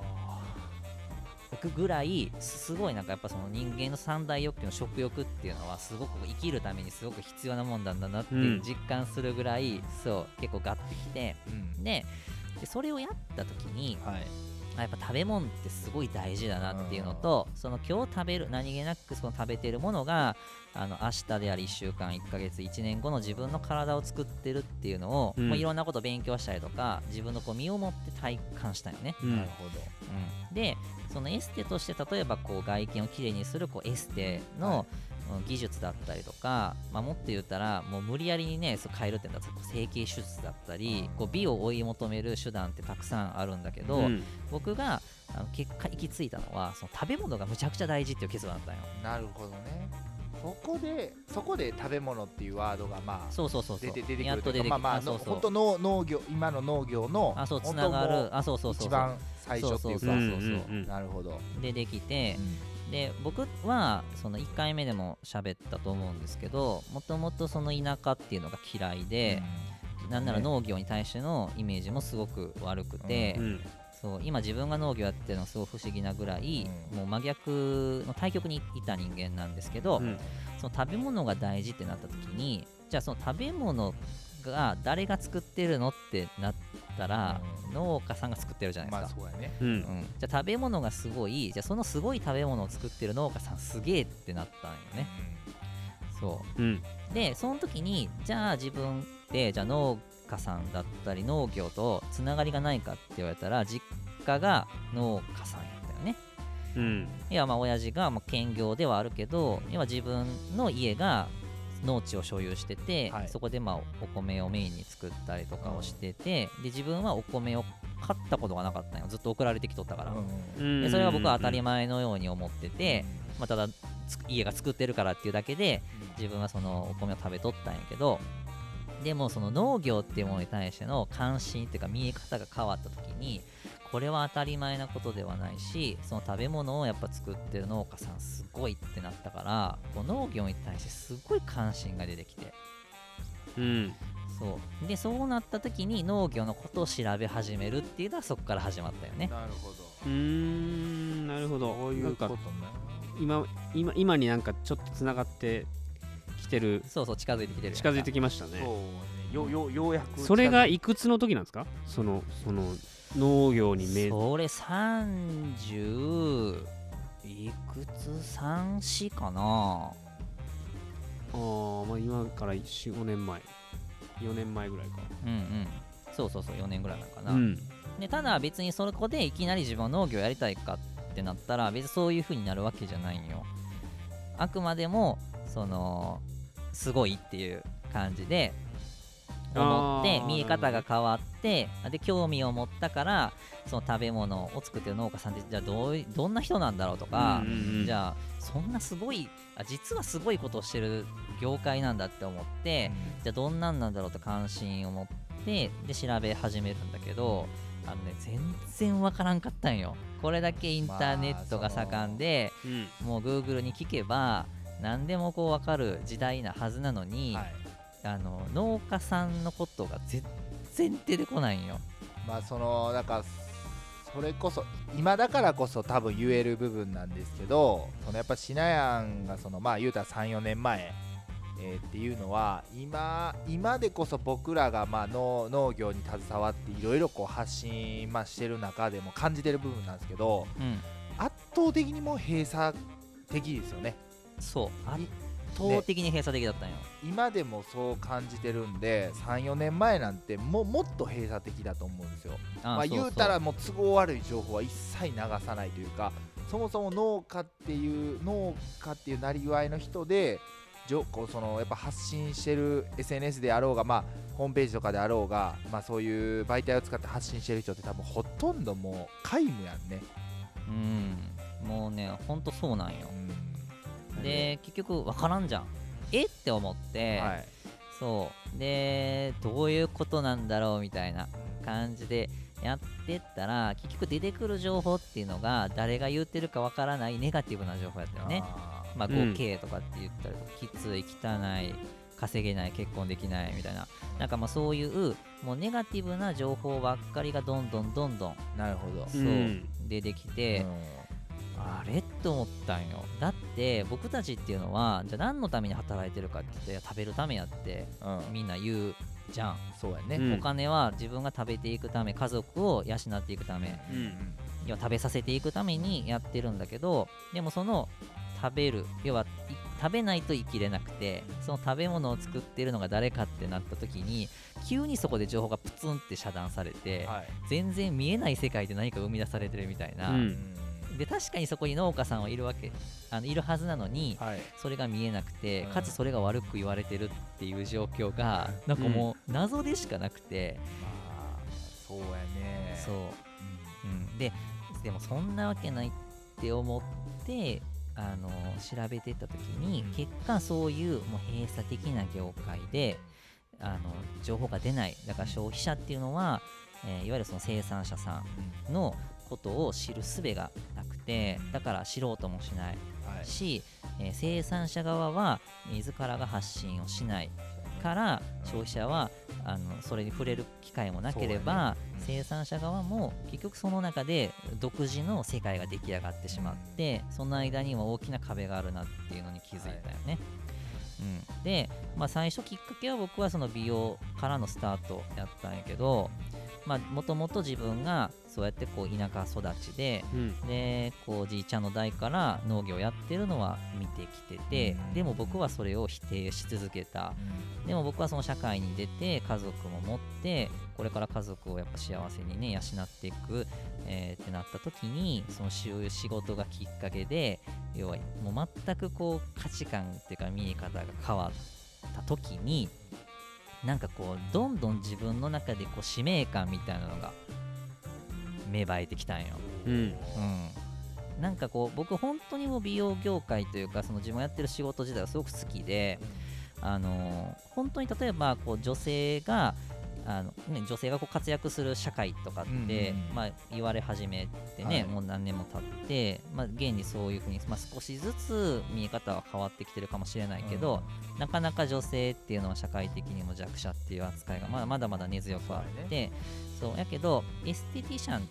ぐらい、すごいなんかやっぱその人間の三大欲求の食欲っていうのはすごく生きるためにすごく必要なもんなんだなって実感するぐらい、そう結構ガッてきて、でそれをやった時に、やっぱ食べ物ってすごい大事だなっていうのと、その今日食べる何気なくその食べてるものが明日であり1週間1ヶ月1年後の自分の体を作ってるっていうのを、いろんなこと勉強したりとか自分の身をもって体感したよね。 なるほど。 でそのエステとして例えば外見をきれいにするエステの、技術だったりとか、もっと言ったらもう無理やりにね変えるってなったら整形手術だったり、美を追い求める手段ってたくさんあるんだけど、僕が結果行き着いたのはその食べ物がむちゃくちゃ大事っていう結論だったんよ。 なるほどね。そこで食べ物っていうワードが出てくるというか、本当の農業、今の農業のつながる一番最初っていうか、なるほどでできて、で僕はその1回目でも喋ったと思うんですけど、もともとその田舎っていうのが嫌いで、なんなら農業に対してのイメージもすごく悪くて、そう今自分が農業やってるのはすごい不思議なぐらい、もう真逆の対極にいた人間なんですけど、その食べ物が大事ってなった時に、じゃあその食べ物が誰が作ってるのってなったら、農家さんが作ってるじゃないですか。 そうやね。 じゃあ食べ物がすごい、じゃあそのすごい食べ物を作ってる農家さんすげえってなったんよね。でその時にじゃあ自分でじゃあ農家さんだったり農業とつながりがないかって言われたら、実家が農家さんやったよね。いや親父が兼業ではあるけど、今自分の家が農地を所有してて、そこでお米をメインに作ったりとかをしてて、で自分はお米を買ったことがなかったんよ。ずっと送られてきとったから、でそれは僕は当たり前のように思ってて、ただ家が作ってるからっていうだけで自分はそのお米を食べとったんやけど、でもその農業っていうものに対しての関心っていうか見え方が変わった時に、これは当たり前なことではないし、その食べ物をやっぱ作ってる農家さんすごいってなったから、農業に対してすごい関心が出てきて、そうなった時に農業のことを調べ始めるっていうのはそこから始まったよね。 なるほど。 なるほど。 そういうことね。 今になんかちょっとつながってきてる。 近づいてきてる。 近づいてきましたね。 ようやく。 それがいくつの時なんですか？その農業にそれ30いくつ3、4かな。 今から4、5年前4年前ぐらいか。 そう4年ぐらい前かな。でただ別にそこでいきなり自分は農業やりたいかってなったら、別にそういう風になるわけじゃないんよ。あくまでもそのすごいっていう感じで思って見え方が変わって、で興味を持ったから、その食べ物を作ってる農家さんってじゃあどんな人なんだろうとか、じゃあそんなすごい実はすごいことをしてる業界なんだって思って、じゃあどんなんなんだろうと関心を持ってで調べ始めるんだけど、全然わからんかったんよ。これだけインターネットが盛んで、もう Google に聞けば何でもわかる時代なはずなのに、農家さんのことが全然出てこないんよ。 なんかそれこそ今だからこそ多分言える部分なんですけど、やっぱしなやんが言うたら 3,4 年前、っていうのは今でこそ僕らが農業に携わっていろいろ発信してる中でも感じてる部分なんですけど、圧倒的にもう閉鎖的ですよね。 倒的に閉鎖的だったんよ、 今でもそう感じてるんで、3、4年前なんてもっと閉鎖的だと思うんですよ。言うたらもう都合悪い情報は一切流さないというか、そもそも農家っていうなりわいの人でこうそのやっぱ発信してる SNS であろうが、ホームページとかであろうが、そういう媒体を使って発信してる人って多分ほとんどもう皆無やんね。 もうねほんとそうなんよ、で結局分からんじゃんって思って、そうでどういうことなんだろうみたいな感じでやってったら、結局出てくる情報っていうのが誰が言ってるかわからないネガティブな情報やったよね。5K とかって言ったら、きつい、汚い、稼げない、結婚できないみたいな、なんかそういうもうネガティブな情報ばっかりがどんどんなるほどそう、出てきて、あれって思ったんよ。だって僕たちっていうのはじゃあ何のために働いてるかって言って食べるためやって、みんな言うじゃん。 そうやね、 お金は自分が食べていくため、家族を養っていくため、要は食べさせていくためにやってるんだけど、でもその食べる、要は食べないと生きれなくて、その食べ物を作ってるのが誰かってなった時に急にそこで情報がプツンって遮断されて、全然見えない世界で何か生み出されてるみたいな、で確かにそこに農家さんはいるはずなのに、それが見えなくて、かつそれが悪く言われてるっていう状況がなんかもう謎でしかなくて、 そうやね、 そう、でもそんなわけないって思って調べてった時に、結果そういうもう閉鎖的な業界で情報が出ない。だから消費者っていうのは、いわゆるその生産者さんのことを知る術がなくて、だから知ろうともしないし、生産者側は自らが発信をしないから消費者はそれに触れる機会もなければ、生産者側も結局その中で独自の世界が出来上がってしまって、その間には大きな壁があるなっていうのに気づいたよね。で、最初きっかけは僕はその美容からのスタートやったんやけど、もともと自分がそうやってこう田舎育ちで、でこうじいちゃんの代から農業やってるのは見てきてて、でも僕はそれを否定し続けた。でも僕はその社会に出て家族も持って、これから家族をやっぱ幸せにね養っていく、ってなった時に、その仕事がきっかけで、要はもう全くこう価値観っていうか見え方が変わった時に、なんかこうどんどん自分の中でこう使命感みたいなのが芽生えてきたんよ。なんかこう僕本当にもう美容業界というか、その自分がやってる仕事自体がすごく好きで、本当に例えばこう女性が女性がこう活躍する社会とかって、言われ始めてね、もう何年も経って、現にそういうふうに、少しずつ見え方は変わってきてるかもしれないけど、なかなか女性っていうのは社会的にも弱者っていう扱いがまだまだ根強くあって、そうやけどエステティシャンって、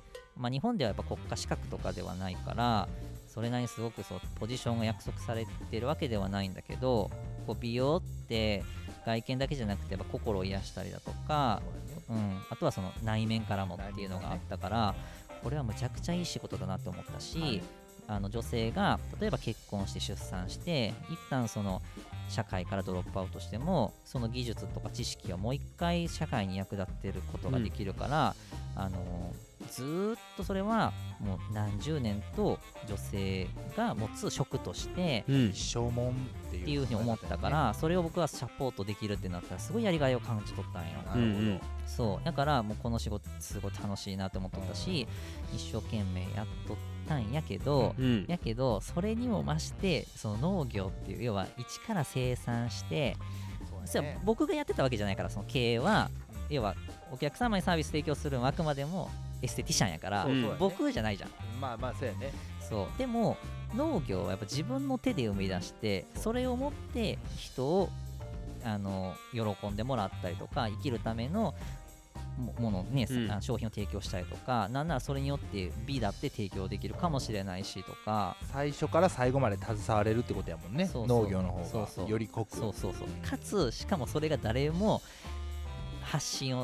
日本ではやっぱ国家資格とかではないから、それなりにすごくポジションが約束されてるわけではないんだけど、こう美容って外見だけじゃなくてやっぱ心を癒したりだとか、あとはその内面からもっていうのがあったから、これはむちゃくちゃいい仕事だなって思ったし、女性が例えば結婚して出産して一旦その社会からドロップアウトしても、その技術とか知識をもう一回社会に役立ってることができるから、ずーっとそれはもう何十年と女性が持つ職として一生もんっていうふうに思ったから、それを僕はサポートできるってなったらすごいやりがいを感じ取ったんよ。 なるほど。 そうだからもうこの仕事すごい楽しいなって思っとったし、一生懸命やっとったんやけど、それにも増してその農業っていう、要は一から生産して、僕がやってたわけじゃないから、その経営は要はお客様にサービス提供するのはあくまでもエステティシャンやから、僕じゃないじゃん。 そうやね。 そうでも農業はやっぱ自分の手で生み出して、それを持って人を喜んでもらったりとか、生きるためのものね、商品を提供したりとか、なんならそれによって美だって提供できるかもしれないしとか、 最初から最後まで携われるってことやもんね。農業の方がより濃く、 かつしかもそれが誰も発信を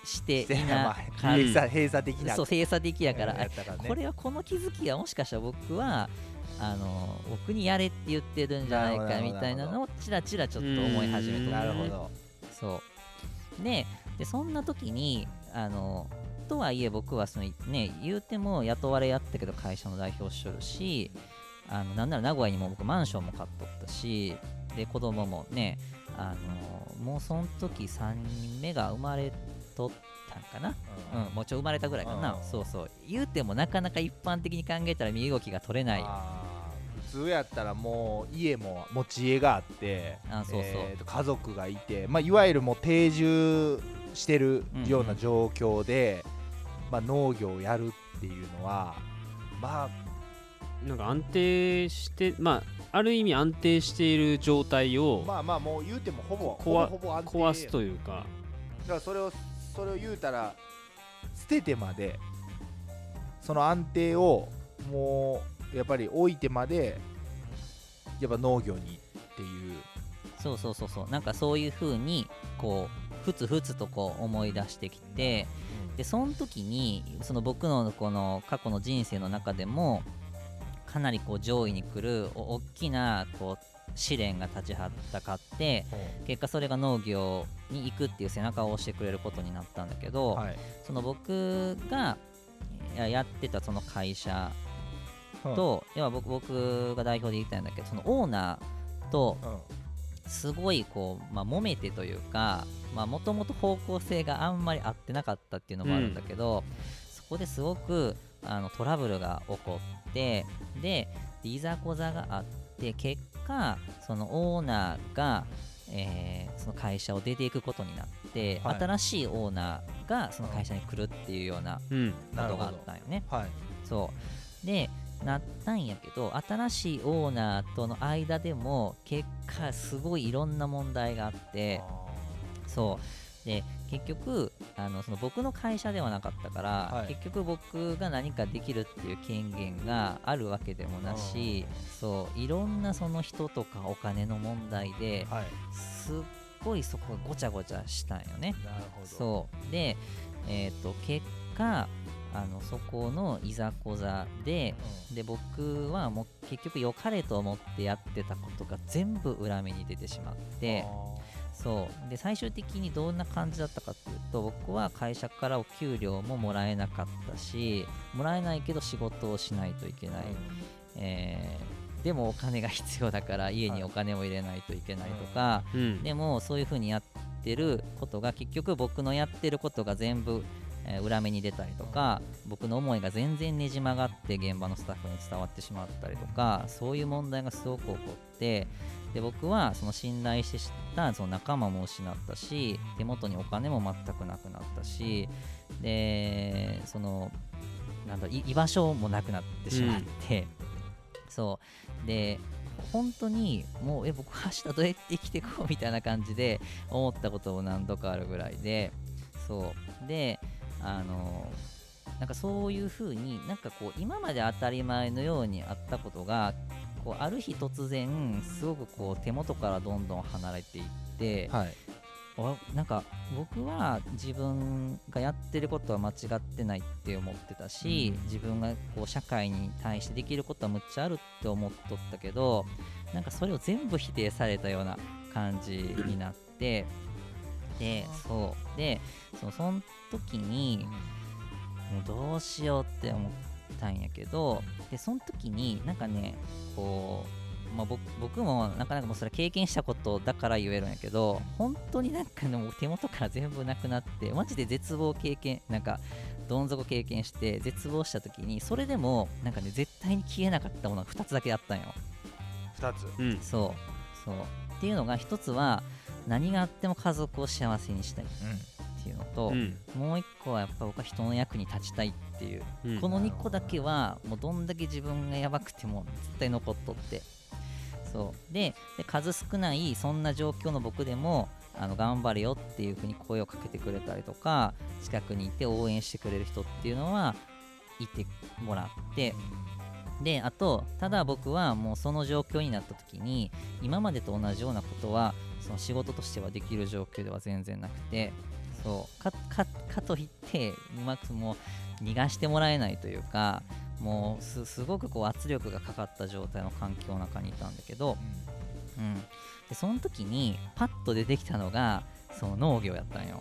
していなか閉鎖的なそう閉鎖的やから、これはこの気づきはもしかしたら僕は僕にやれって言ってるんじゃないかみたいなのをチラチラちょっと思い始めた。 なるほど。 そうでそんな時にとはいえ僕はそのね言うても雇われやったけど会社の代表しとるし、なんなら名古屋にも僕マンションも買っとったし、で子供もねもうその時3人目が生まれとったんかな、もう生まれたぐらいかな、そうそう言うてもなかなか一般的に考えたら身動きが取れない。 普通やったらもう家も持ち家があって、家族がいて、いわゆるもう定住してるような状況で、農業をやるっていうのはなんか安定してある意味安定している状態をもう言うてもほぼ安定壊すというか、 だからそれを言うたら捨ててまでその安定をもうやっぱり置いてまでやっぱ農業にっていう、 そうなんかそういう風にこうふつふつとこう思い出してきて、でその時にその僕のこの過去の人生の中でもかなりこう上位に来る大きなこう試練が立ちはったかって、結果それが農業に行くっていう背中を押してくれることになったんだけど、その僕がやってたその会社と、今僕が代表で言いたいんだけど、そのオーナーとすごいこう、揉めてというか、もともと方向性があんまり合ってなかったっていうのもあるんだけど、そこですごくトラブルが起こって、でいざこざがあって、結果そのオーナーが、その会社を出ていくことになって、新しいオーナーがその会社に来るっていうようなことがあったんよね。そうでなったんやけど、新しいオーナーとの間でも結果すごいいろんな問題があって、そうで結局その僕の会社ではなかったから、結局僕が何かできるっていう権限があるわけでもなし、そういろんなその人とかお金の問題で、すっごいそこがごちゃごちゃしたんよね。 なるほど。 そうで、結果そこのいざこざで、で僕はもう結局良かれと思ってやってたことが全部裏目に出てしまって、そうで最終的にどんな感じだったかっていうと、僕は会社からお給料ももらえなかったし、もらえないけど仕事をしないといけない、でもお金が必要だから家にお金を入れないといけないとか、でもそういう風にやってることが結局僕のやってることが全部裏目に出たりとか、僕の思いが全然ねじ曲がって現場のスタッフに伝わってしまったりとか、そういう問題がすごく起こって、で僕はその信頼してたその仲間も失ったし、手元にお金も全くなくなったし、でその居場所もなくなってしまって、そうで本当にもう僕明日どうやって生きていこうみたいな感じで思ったことも何度かあるぐらいで、そうでなんかそういう風になんかこう今まで当たり前のようにあったことがこうある日突然すごくこう手元からどんどん離れていって、なんか僕は自分がやってることは間違ってないって思ってたし、自分がこう社会に対してできることはむっちゃあるって思っとったけど、なんかそれを全部否定されたような感じになって、でその時にもうどうしようって思ったんやけど、でその時になんかねこう、僕もなかなかもうそれ経験したことだから言えるんやけど、本当になんかねもう手元から全部なくなって、マジで絶望経験、なんかどん底経験して絶望した時に、それでもなんかね絶対に消えなかったものが2つだけあったんよ。 2つ、 そうっていうのが、1つは何があっても家族を幸せにしたいっていうのと、もう1個はやっぱ僕は人の役に立ちたいっていう、この2個だけはもうどんだけ自分がやばくても絶対残っとって、そうで数少ないそんな状況の僕でも頑張れよっていう風に声をかけてくれたりとか、近くにいて応援してくれる人っていうのはいてもらって、であとただ僕はもうその状況になった時に今までと同じようなことはその仕事としてはできる状況では全然なくて、 そうかといってうまくもう逃がしてもらえないというか、もうすごくこう圧力がかかった状態の環境の中にいたんだけど、でその時にパッと出てきたのがその農業やったんよ。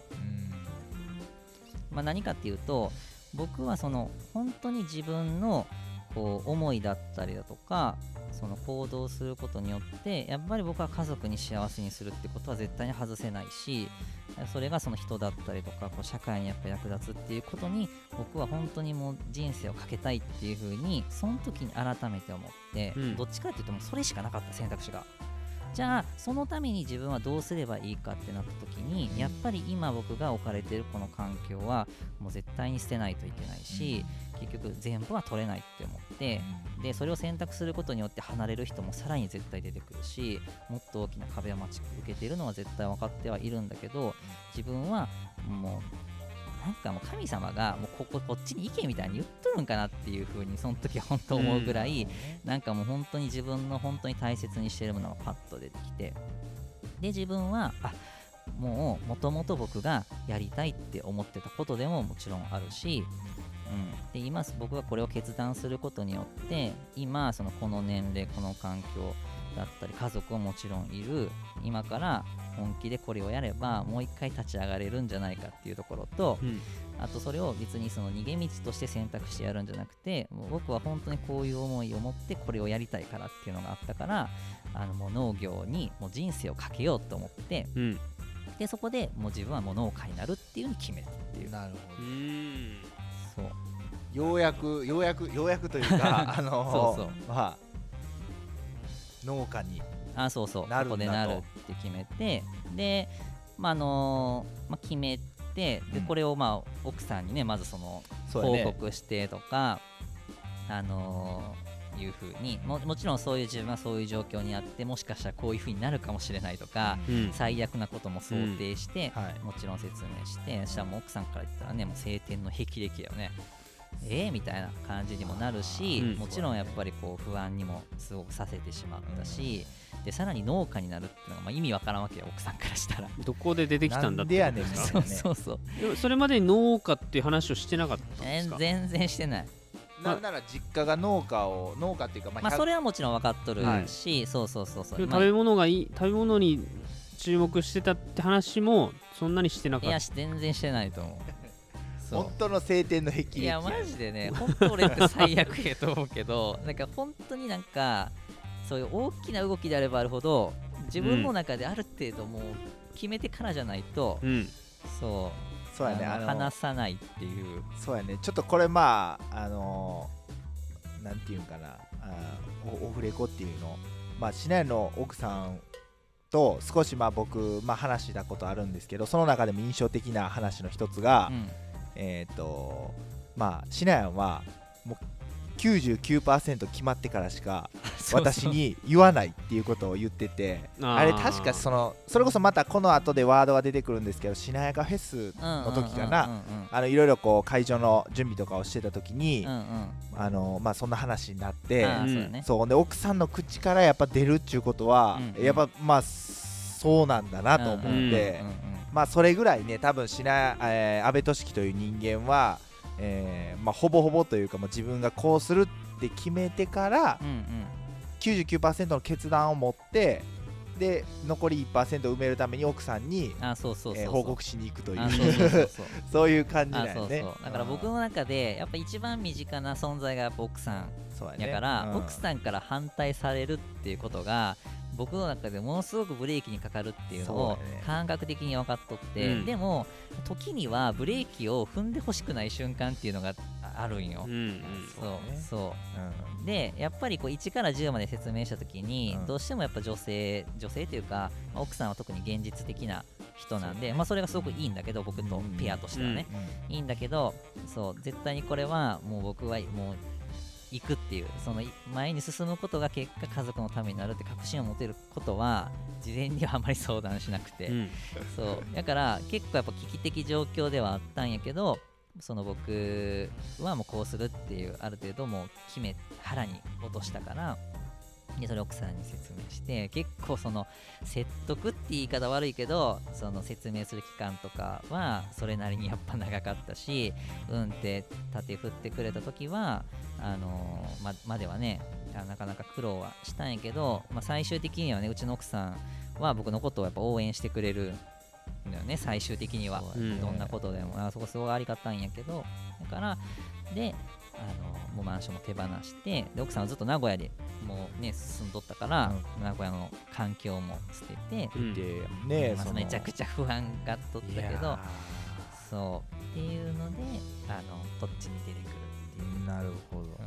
何かっていうと、僕はその本当に自分のこう思いだったりだとか、その行動することによってやっぱり僕は家族に幸せにするってことは絶対に外せないし、それがその人だったりとかこう社会にやっぱ役立つっていうことに僕は本当にもう人生をかけたいっていう風にその時に改めて思って、どっちかっていうともうそれしかなかった選択肢が。じゃあそのために自分はどうすればいいかってなった時に、やっぱり今僕が置かれているこの環境はもう絶対に捨てないといけないし、結局全部は取れないって思って、でそれを選択することによって離れる人もさらに絶対出てくるし、もっと大きな壁を待ち受けているのは絶対分かってはいるんだけど、自分はもうなんかもう神様がもうこっちに行けみたいに言っとるんかなっていう風にその時は本当思うぐらい、なんかもう本当に自分の本当に大切にしているものがパッと出てきて、で自分はもともと僕がやりたいって思ってたことでももちろんあるし、で今僕がこれを決断することによって今そのこの年齢この環境だったり家族はもちろんいる今から本気でこれをやればもう一回立ち上がれるんじゃないかっていうところと、あとそれを別にその逃げ道として選択してやるんじゃなくて、もう僕は本当にこういう思いを持ってこれをやりたいからっていうのがあったから、もう農業にもう人生をかけようと思って、でそこでもう自分はもう農家になるっていう風に決めたっていう。 なるほど。 そうようやくというか農家にそうそうここでなるって決めて、で決めて、でこれを奥さんにねまずその報告してとか、いう風に もちろんそういう自分はそういう状況にあって、もしかしたらこういう風になるかもしれないとか、最悪なことも想定して、もちろん説明して、そしたらもう奥さんから言ったらね、もう晴天の霹靂よね、みたいな感じにもなるし、もちろんやっぱりこう不安にもすごくさせてしまったし、でさらに農家になるっていうのが意味わからんわけよ、奥さんからしたら。 どこで出てきたんだってなんでやねんみたいなね。 そうそれまでに農家っていう話をしてなかったんですか？ 全然してない。 なんなら実家が農家っていうか、 それはもちろん分かっとるし、そう食べ物に注目してたって話もそんなにしてなかった。 いや全然してないと思う。 本当の晴天の霹靂。 いやマジでね、本当俺って最悪やと思うけど、なんか本当になんかそういう大きな動きであればあるほど自分の中である程度もう決めてからじゃないと、そうやね、話さないっていう。 そうやね、ちょっとこれなんていうんかな、オフレコっていうの、シナヤの奥さんと少し僕話したことあるんですけど、その中でも印象的な話の一つが、シナヤはもう99% 決まってからしか私に言わないっていうことを言ってて、あれ確かそれこそまたこの後でワードが出てくるんですけど、しなやかフェスの時かな、いろいろこう会場の準備とかをしてた時に、そんな話になって、そうで奥さんの口からやっぱ出るっていうことは、やっぱそうなんだなと思って、それぐらいね、多分阿部俊樹という人間はほぼほぼというか、自分がこうするって決めてから、99% の決断を持って、で残り 1% 埋めるために奥さんに報告しに行くというそういう感じだよね。 だから僕の中でやっぱ一番身近な存在がやっぱ奥さんやから、奥さんから反対されるっていうことが僕の中でものすごくブレーキにかかるっていうのを感覚的に分かっとって、でも時にはブレーキを踏んでほしくない瞬間っていうのがあるんよ。でやっぱりこう1から10まで説明した時に、どうしてもやっぱ女性というか、奥さんは特に現実的な人なんで、それがすごくいいんだけど、僕とペアとしてはね、いいんだけど、絶対にこれはもう僕はもう行くっていう、その前に進むことが結果家族のためになるって確信を持てることは事前にはあまり相談しなくて、だから結構やっぱ危機的状況ではあったんやけど、その僕はもうこうするっていうある程度もう決め腹に落としたから、 でそれ奥さんに説明して、結構その説得って言い方悪いけど、その説明する期間とかはそれなりにやっぱ長かったし、って縦振ってくれた時はまではねなかなか苦労はしたんやけど、最終的にはねうちの奥さんは僕のことをやっぱ応援してくれるんだよね、最終的には、どんなことでもそこすごいありがたいんやけど、だからでもうマンションも手放して、で奥さんはずっと名古屋でもうね住んどったから、名古屋の環境も捨てて、めちゃくちゃ不安がっとったけど、そうっていうのでこっちに出てくるっていう。 なるほど、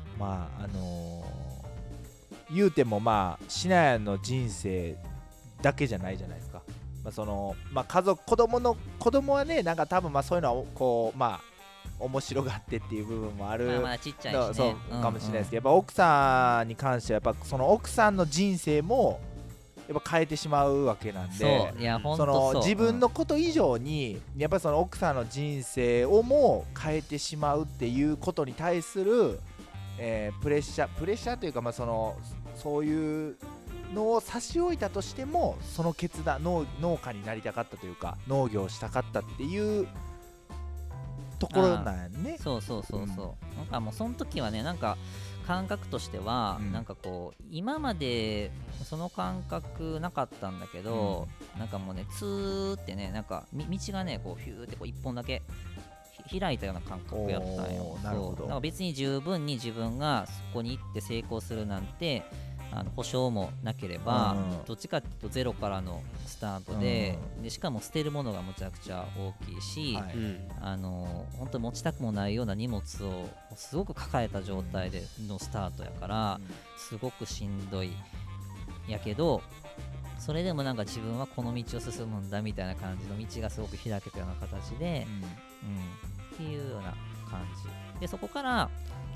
言うてもシナヤの人生だけじゃないじゃないですか。家族子供はね、なんか多分そういうのはこう面白がってっていう部分もある、 ちっちゃいしね、 そうかもしれないですけど、やっぱ奥さんに関してはやっぱその奥さんの人生もやっぱ変えてしまうわけなんで、自分のこと以上にやっぱりその奥さんの人生をも変えてしまうっていうことに対する、プレッシャーというか、そういうのを差し置いたとしても、その決断、農家になりたかったというか農業したかったっていうところなんやね。 そう、なんかもうその時はね、なんか感覚としては、なんかこう今までその感覚なかったんだけど、なんかもうねツーってね、なんか道がねこうフューってこう一本だけ開いたような感覚やったんよ。 なるほど。 だから別に十分に自分がそこに行って成功するなんて保証もなければ、どっちかっていうとゼロからのスタートで、しかも捨てるものがむちゃくちゃ大きいし、本当に持ちたくもないような荷物をすごく抱えた状態でのスタートやから、すごくしんどいやけど、それでもなんか自分はこの道を進むんだみたいな感じの道がすごく開けたような形で、っていうような感じで、そこから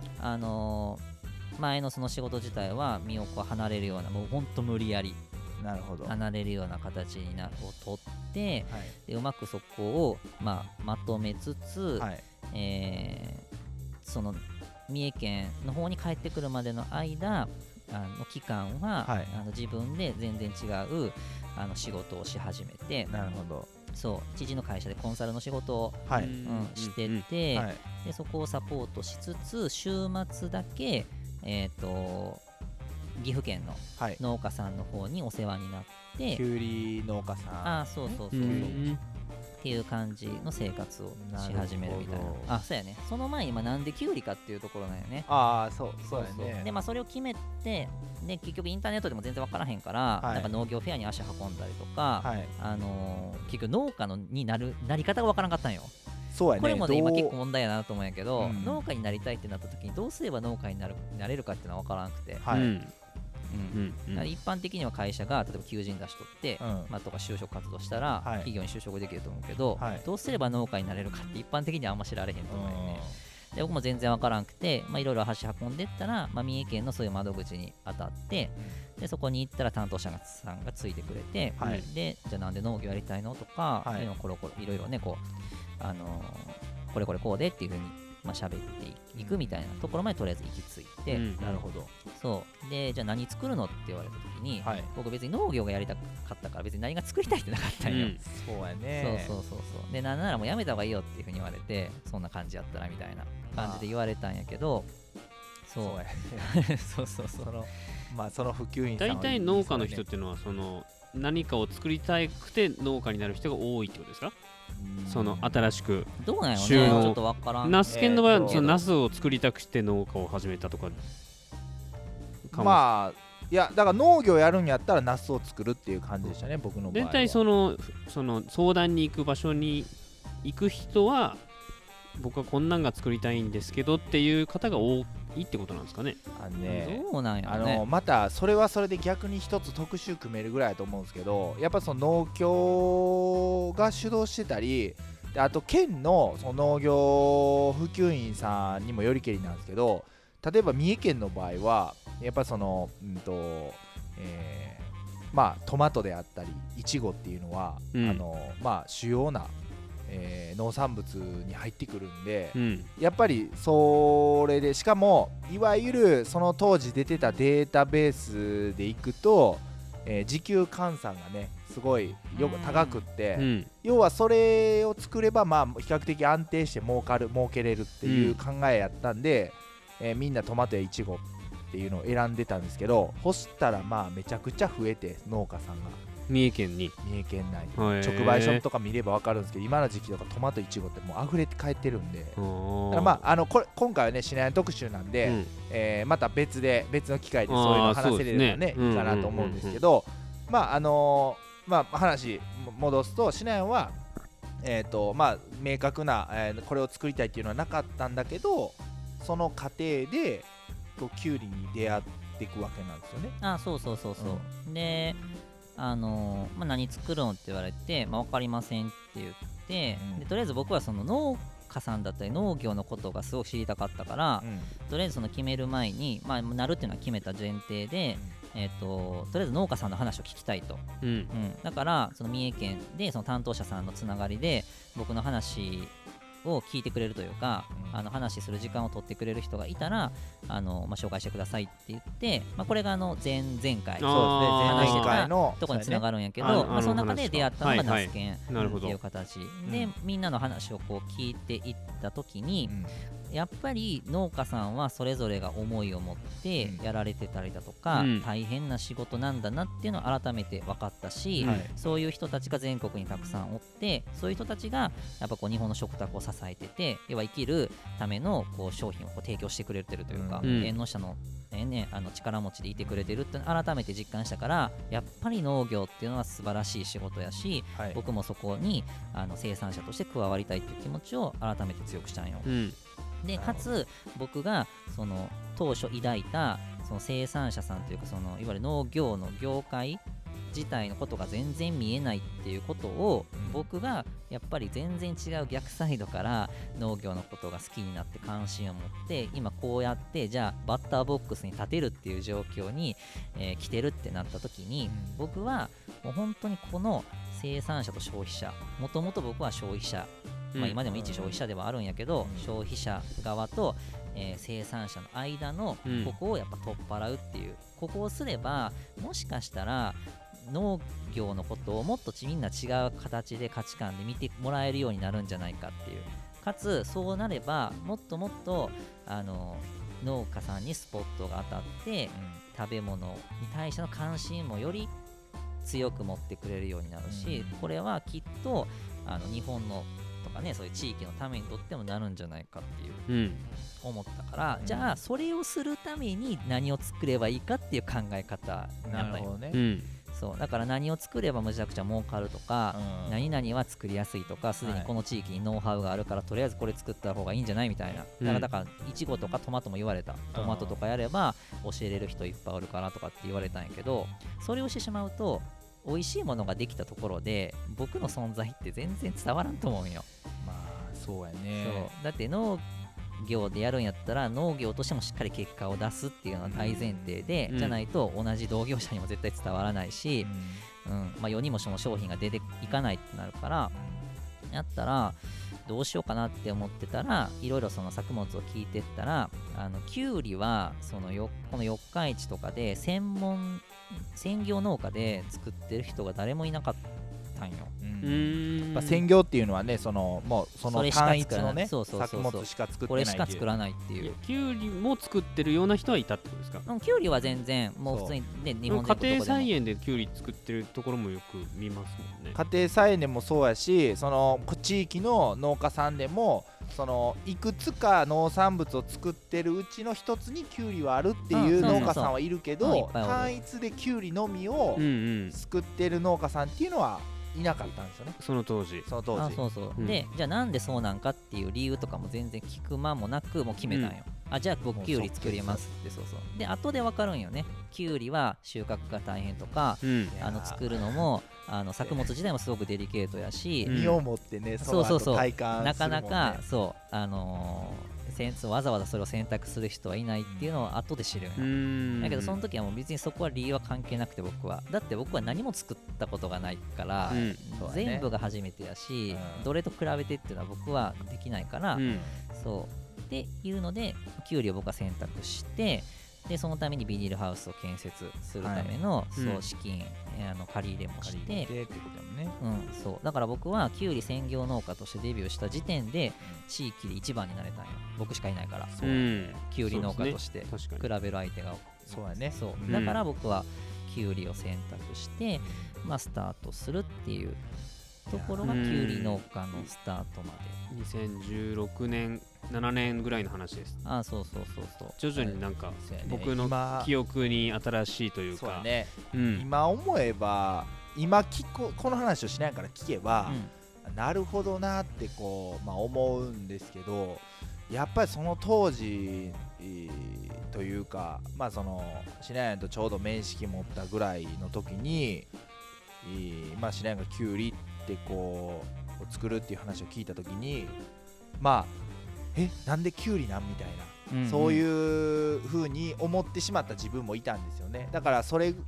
前のその仕事自体は身をこう離れるような、もうほんと無理やり離れるような形をとって、でうまくそこを、まとめつつ、その三重県の方に帰ってくるまでの間の期間は、自分で全然違う仕事をし始めて、 なるほど。 そう父の会社でコンサルの仕事を、してて、でそこをサポートしつつ、週末だけ岐阜県の農家さんの方にお世話になって、 きゅうり農家さん、 そうっていう感じの生活をし始めるみたいな。そうやね、その前になんできゅうりかっていうところなんよね。 そうやね。 でそれを決めて、で結局インターネットでも全然分からへんから、なんか農業フェアに足運んだりとか、結局農家になり方が分からんかったんよ。これもね今結構問題やなと思うんやけど、農家になりたいってなった時にどうすれば農家になれるかっていうのは分からなくて、一般的には会社が例えば求人出しとって、とか就職活動したら企業に就職できると思うけど、どうすれば農家になれるかって一般的にはあんま知られへんと思うよね。で僕も全然分からんくて、いろいろ足運んでったら、三重県のそういう窓口に当たって、でそこに行ったら担当者さんがついてくれて、でじゃあなんで農業やりたいのとか、いろいろねこれこうでっていう風に喋っていくみたいなところまでとりあえず行き着いて、 なるほど。 そうで、じゃあ何作るのって言われた時に、僕別に農業がやりたかったから別に何が作りたいってなかったんよ。 そうやね。 そうで、なんならもうやめた方がいいよっていう風に言われて、そんな感じやったらみたいな感じで言われたんやけど、そうやね。 その普及員さんは大体農家の人っていうのはその何かを作りたくて農家になる人が多いってことですか？その新しくどうなんやろね、ちょっとわからん。 ナス県の場合はそのナスを作りたくして農家を始めたとかいやだから農業やるんやったらナスを作るっていう感じでしたね、僕の場合は。 大体その相談に行く場所に行く人は、僕はこんなんが作りたいんですけどっていう方が多いってことなんですかね。 どうなんやろね。 またそれはそれで逆に一つ特集組めるぐらいだと思うんですけど、やっぱその農協が主導してたり、であと県のその農業普及員さんにもよりけりなんですけど、例えば三重県の場合はやっぱそのトマトであったりイチゴっていうのは、主要な農産物に入ってくるんで、やっぱりそれでしかもいわゆるその当時出てたデータベースでいくと、時給換算がねすごい高くって、要はそれを作ればまあ比較的安定して儲けれるっていう考えやったんで、みんなトマトやイチゴっていうのを選んでたんですけど、干したらまあめちゃくちゃ増えて、農家さんが三重県内直売所とか見れば分かるんですけど、今の時期とかトマトイチゴってもう溢れて帰ってるんで、だからまあ今回はねシナヤ特集なんで、また別の機会でそういうの話せれればねいいかなと思うんですけど、まあ話戻すと、シナヤはまあ明確な、これを作りたいっていうのはなかったんだけど、その過程でキュウリに出会っていくわけなんですよね。 そう、で何作るんって言われて、分かりませんって言って、でとりあえず僕はその農家さんだったり農業のことがすごく知りたかったから、とりあえずその決める前に、なるっていうのは決めた前提で、とりあえず農家さんの話を聞きたいと、だからその三重県でその担当者さんのつながりで僕の話を聞いてくれるというか、話する時間を取ってくれる人がいたら紹介してくださいって言って、これが前回話してたところにつながるんやけど、その中で出会ったのがナスケンっていう形で、みんなの話をこう聞いていった時に、やっぱり農家さんはそれぞれが思いを持ってやられてたりだとか、大変な仕事なんだなっていうのを改めて分かったし、そういう人たちが全国にたくさんおって、そういう人たちがやっぱこう日本の食卓を支えてて、要は生きるためのこう商品をこう提供してくれてるというか、縁の下の力持ちでいてくれてるって改めて実感したから、やっぱり農業っていうのは素晴らしい仕事やし、僕もそこに生産者として加わりたいっていう気持ちを改めて強くしたんよ。でかつ僕がその当初抱いたその生産者さんというか、そのいわゆる農業の業界自体のことが全然見えないっていうことを、僕がやっぱり全然違う逆サイドから農業のことが好きになって関心を持って、今こうやってじゃあバッターボックスに立てるっていう状況に、来てるってなった時に、僕はもう本当にこの生産者と消費者、もともと僕は消費者、今でも一消費者ではあるんやけど、消費者側と、生産者の間のここをやっぱ取っ払うっていう、ここをすればもしかしたら農業のことをもっとみんな違う形で価値観で見てもらえるようになるんじゃないかっていう、かつそうなればもっともっと農家さんにスポットが当たって、食べ物に対しての関心もより強く持ってくれるようになるし、これはきっと日本のとかね、そういう地域のためにとってもなるんじゃないかっていう、思ったから、じゃあそれをするために何を作ればいいかっていう考え方なんだよね。そうだから何を作ればむちゃくちゃ儲かるとか、何々は作りやすいとか、すでにこの地域にノウハウがあるからとりあえずこれ作った方がいいんじゃないみたいな、だからイチゴとかトマトも言われた、トマトとかやれば教えれる人いっぱいおるからとかって言われたんやけど、それをしてしまうと美味しいものができたところで僕の存在って全然伝わらんと思うんよ。 そうやね。 そうだって農業でやるんやったら農業としてもしっかり結果を出すっていうのは大前提で、じゃないと同じ同業者にも絶対伝わらないし、世にも商品が出ていかないってなるから、やったらどうしようかなって思ってたら、いろいろその作物を聞いてったら、キュウリはこの四日市とかで専業農家で作ってる人が誰もいなかったんよ。 専業っていうのはね、もうその単一のね作物しか作ってないっていう、 これしか作らないっていう。 キュウリも作ってるような人はいたってことですか？ キュウリは全然もう普通にね、日本全国どこでも家庭菜園でキュウリ作ってるところもよく見ますもんね。 家庭菜園でもそうやし、その地域の農家さんでもいくつか農産物を作ってるうちの一つにキュウリはあるっていう農家さんはいるけど、単一でキュウリのみを作ってる農家さんっていうのはいなかったんですよね、 その当時。 で、じゃあなんでそうなんかっていう理由とかも全然聞く間もなくもう決めたんよ。じゃあ僕キュウリ作りますって。で後で分かるんよね。キュウリは収穫が大変とか、作るのも作物自体もすごくデリケートやし、 身をもってね、その後体感するもんね。 なかなかわざわざそれを選択する人はいないっていうのを後で知るよ。だけどその時はもう別にそこは理由は関係なくて、僕はだって僕は何も作ったことがないから、全部が初めてやし、どれと比べてっていうのは僕はできないから、そうっていうのでキュウリを僕は選択して、でそのためにビニールハウスを建設するための、そう資金、借り入れもして、そうだから僕はキュウリ専業農家としてデビューした時点で地域で一番になれたんよ。僕しかいないから、キュウリ農家として比べる相手が。 そうやね。 そうだから僕はキュウリを選択して、スタートするっていうところがキュウリ農家のスタートまで。 2016年7年ぐらいの話です。 そう徐々になんか僕の記憶に新しいというか、 今思えば、今この話をしないから聞けば、なるほどなってこう、思うんですけど、やっぱりその当時というか、そのシナヤンとちょうど面識持ったぐらいの時に、シナヤンがキュウリってこう作るっていう話を聞いた時に、なんでキュウリなんみたいな、そういう風に思ってしまった自分もいたんですよね。だからそれ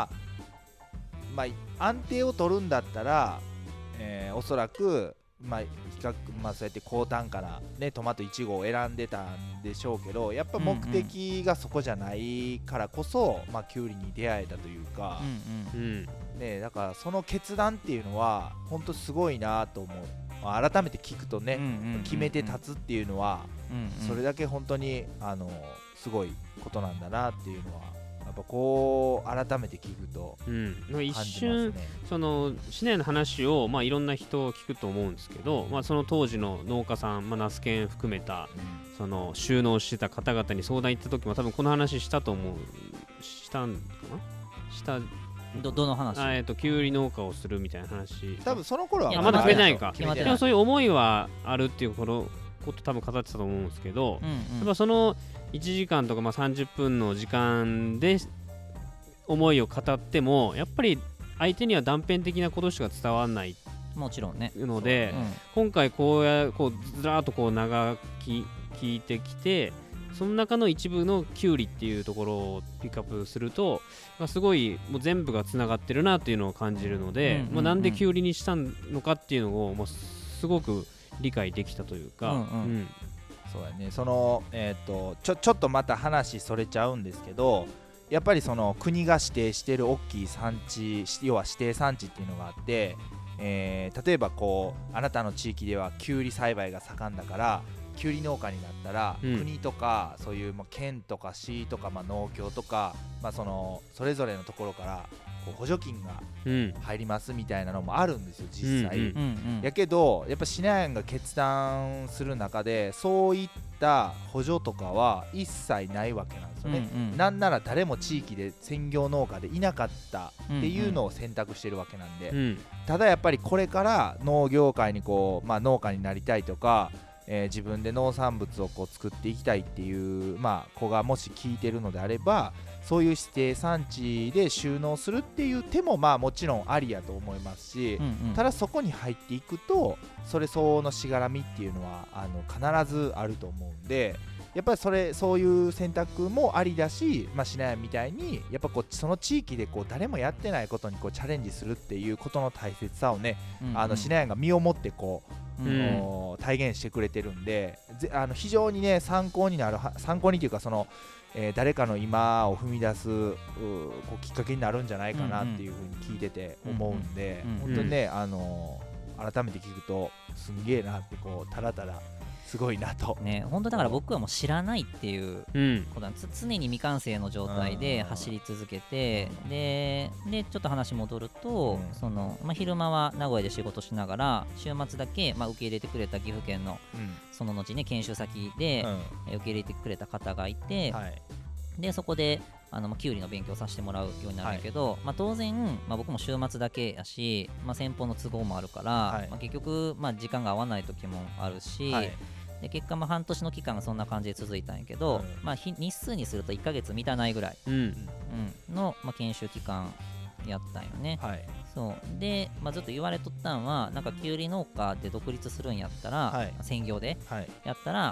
安定を取るんだったら、おそらく比較そうやって高単価な、トマト1号を選んでたんでしょうけど、やっぱ目的がそこじゃないからこそ、キュウリに出会えたというか、だからその決断っていうのは本当すごいなと思う。改めて聞くとね、決めて立つっていうのは、それだけ本当にすごいことなんだなっていうのはやっぱこう改めて聞くと感じますね。 一瞬そのシナヤンの話を、いろんな人を聞くと思うんですけど、その当時の農家さん、ナスケン含めた、その収納してた方々に相談行った時も多分この話したと思う。したんかな。したどの話？ キュウリ農家をするみたいな話。 多分その頃はまだ決めないか。でもそういう思いはあるっていうこと多分語ってたと思うんですけど、やっぱその1時間とか30分の時間で思いを語ってもやっぱり相手には断片的なことしか伝わらない。 もちろんね。 ので、今回こうずらーっとこう長き聞いてきて、その中の一部のキュウリっていうところをピックアップすると、すごいもう全部がつながってるなっていうのを感じるので、なんでキュウリにしたのかっていうのをすごく理解できたというか、 そうだね。そのちょっとまた話それちゃうんですけど、やっぱりその国が指定している大きい産地、要は指定産地っていうのがあって、例えばこうあなたの地域ではキュウリ栽培が盛んだからキュウリ農家になったら、国とかそういう県とか市とか農協とか、それぞれのところからこう補助金が入りますみたいなのもあるんですよ実際。やけどやっぱシナヤンが決断する中でそういった補助とかは一切ないわけなんですよね。なんなら誰も地域で専業農家でいなかったっていうのを選択してるわけなんで、ただやっぱりこれから農業界にこう、農家になりたいとか、自分で農産物をこう作っていきたいっていう、子がもし聞いてるのであれば、そういう指定産地で収納するっていう手ももちろんありやと思いますし、ただそこに入っていくとそれ相応のしがらみっていうのは必ずあると思うんで、やっぱりそういう選択もありだし、シナヤンみたいにやっぱその地域でこう誰もやってないことにこうチャレンジするっていうことの大切さをね、シナヤンが身をもってこう体現してくれてるんで、非常にね参考にというかその、誰かの今を踏み出すこうきっかけになるんじゃないかなっていう風に聞いてて思うんで、本当にね改めて聞くとすんげえなってこうただただすごいなとね。本当だから僕はもう知らないっていうことなんです。常に未完成の状態で走り続けて、でちょっと話戻ると、その昼間は名古屋で仕事しながら週末だけ受け入れてくれた岐阜県のその後ね研修先で受け入れてくれた方がいて、でそこでキュウリの勉強させてもらうようになるんだけど、当然、僕も週末だけやし、先方の都合もあるから、結局、時間が合わない時もあるし、で結果半年の期間がそんな感じで続いたんやけど、日数にすると1ヶ月満たないぐらい、の、研修期間やったんよね。そうで、ずっと言われとったんはなんかキュウリ農家で独立するんやったら、専業でやったら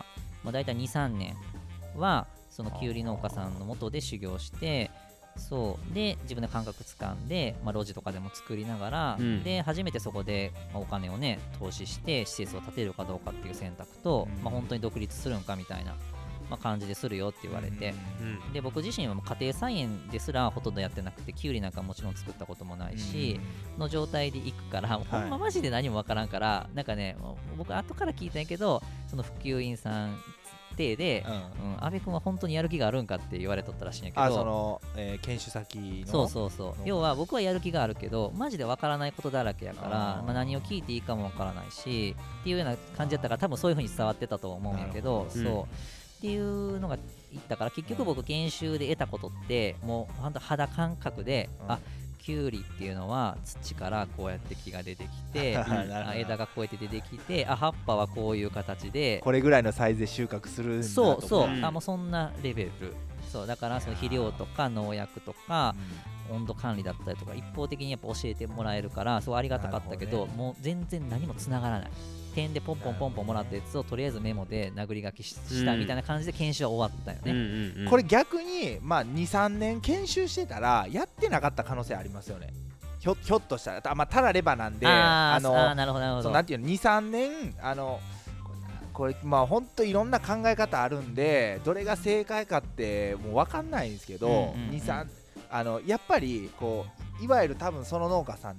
だいたい 2,3 年はそのきゅうり農家さんの下で修行して、そうで自分で感覚つかんで、路地とかでも作りながら、で初めてそこでお金をね投資して施設を建てるかどうかっていう選択と、本当に独立するんかみたいな、感じでするよって言われて、で僕自身はもう家庭菜園ですらほとんどやってなくて、きゅうりなんかもちろん作ったこともないし、の状態で行くから、ほんまマジで何もわからんから、なんかね僕後から聞いたんやけど、その普及員さんで、阿部君は本当にやる気があるんかって言われとったらしいんやけど、 その、研修先のそう要は僕はやる気があるけどマジでわからないことだらけやから、何を聞いていいかもわからないしっていうような感じだったから、多分そういう風に伝わってたと思うんやけど、そうっていうのが言ったから、結局僕研修で得たことってもうほんと肌感覚で、キュウリっていうのは土からこうやって木が出てきて枝がこうやって出てきて、葉っぱはこういう形でこれぐらいのサイズで収穫するんだとか、 そうもうそんなレベル。そうだからその肥料とか農薬とか温度管理だったりとか一方的にやっぱ教えてもらえるから、そうありがたかったけど、もう全然何もつながらない。点でポンポンポンポンもらったやつをとりあえずメモで殴り書きしたみたいな感じで研修は終わったよね。 これ逆に 2,3 年研修してたらやってなかった可能性ありますよね。ひょっとしたらただレバなんで、 なるほどなるほど。 なんていうの 2,3 年これ本当いろんな考え方あるんで、どれが正解かってもう分かんないんですけど、やっぱりこういわゆる多分その農家さんって、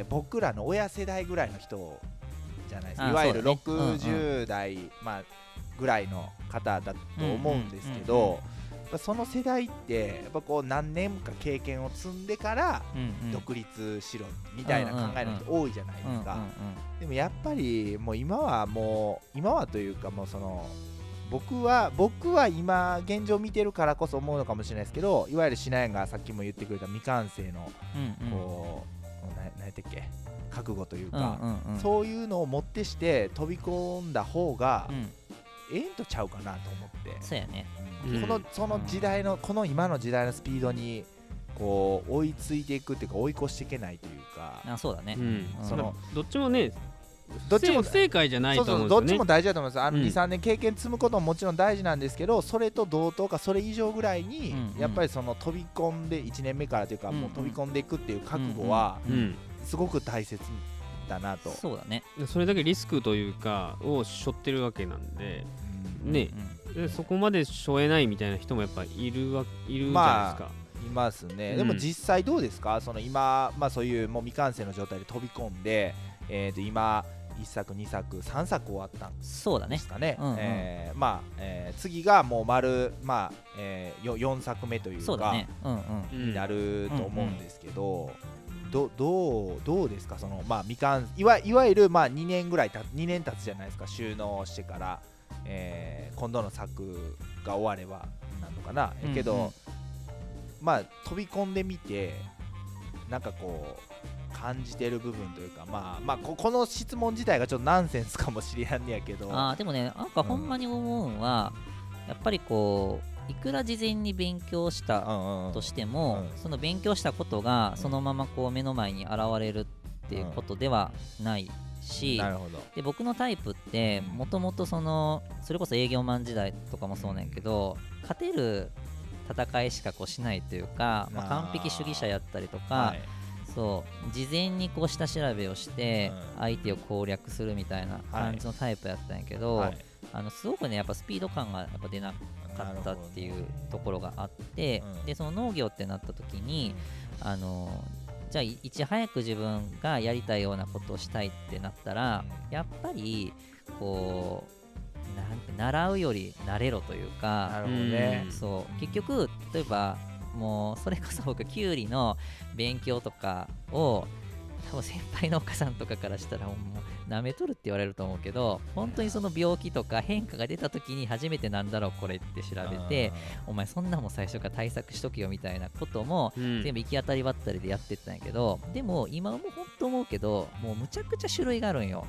僕らの親世代ぐらいの人じゃないですか。いわゆる60代、ぐらいの方だと思うんですけど、その世代ってやっぱこう何年か経験を積んでから独立しろみたいな考えの人多いじゃないですか。でもやっぱりもう今はというか、もうその僕は今現状見てるからこそ思うのかもしれないですけど、いわゆるシナヤンがさっきも言ってくれた未完成のこう何やったっけ、覚悟というか、そういうのをもってして飛び込んだ方がええんとちゃうかなと思って。 そうやね。 その時代のこの今の時代のスピードにこう追いついていくっていうか追い越していけないというか。 そうだね。 どっちもね、どっちも不正解じゃないと思うんですよね。 どっちも大事だと思います。2、3年経験積むことももちろん大事なんですけど、それと同等かそれ以上ぐらいにやっぱりその飛び込んで1年目からというかもう飛び込んでいくっていう覚悟はすごく大切だなと。 そうだね。 それだけリスクというかを背負ってるわけなんでね。そこまで背負えないみたいな人もやっぱいるじゃないですか。 いますね。でも実際どうですか、その今、そういうもう未完成の状態で飛び込んで、今1作2作3作終わったんですかね。次がもう丸、4作目というかになると思うんですけど、どうですか、その未完いわゆる2年ぐらい2年経つじゃないですか、収納してから。今度の作が終わればなのかな、けど飛び込んでみてなんかこう感じてる部分というか、この質問自体がちょっとナンセンスかもしれんねやけど、 でもね、なんかほんまに思うのは、やっぱりこういくら事前に勉強したとしても、その勉強したことがそのままこう目の前に現れるっていうことではないし、で僕のタイプってもともとそれこそ営業マン時代とかもそうなんやけど、勝てる戦いしかこうしないというか、完璧主義者やったりとか、そう事前にこう下調べをして相手を攻略するみたいな感じのタイプやったんやけど、すごくねやっぱスピード感がやっぱ出なかったっていうところがあって、でその農業ってなった時にじゃあいち早く自分がやりたいようなことをしたいってなったら、やっぱりこうなんて習うより慣れろというか、そう結局例えばもうそれこそ僕キュウリの勉強とかを多分先輩農家さんとかからしたらもうなめとるって言われると思うけど、本当にその病気とか変化が出た時に初めてなんだろうこれって調べて、お前そんなもん最初から対策しとけよみたいなことも全部行き当たりばったりでやってったんやけど、でも今も本当思うけどもうむちゃくちゃ種類があるんよ。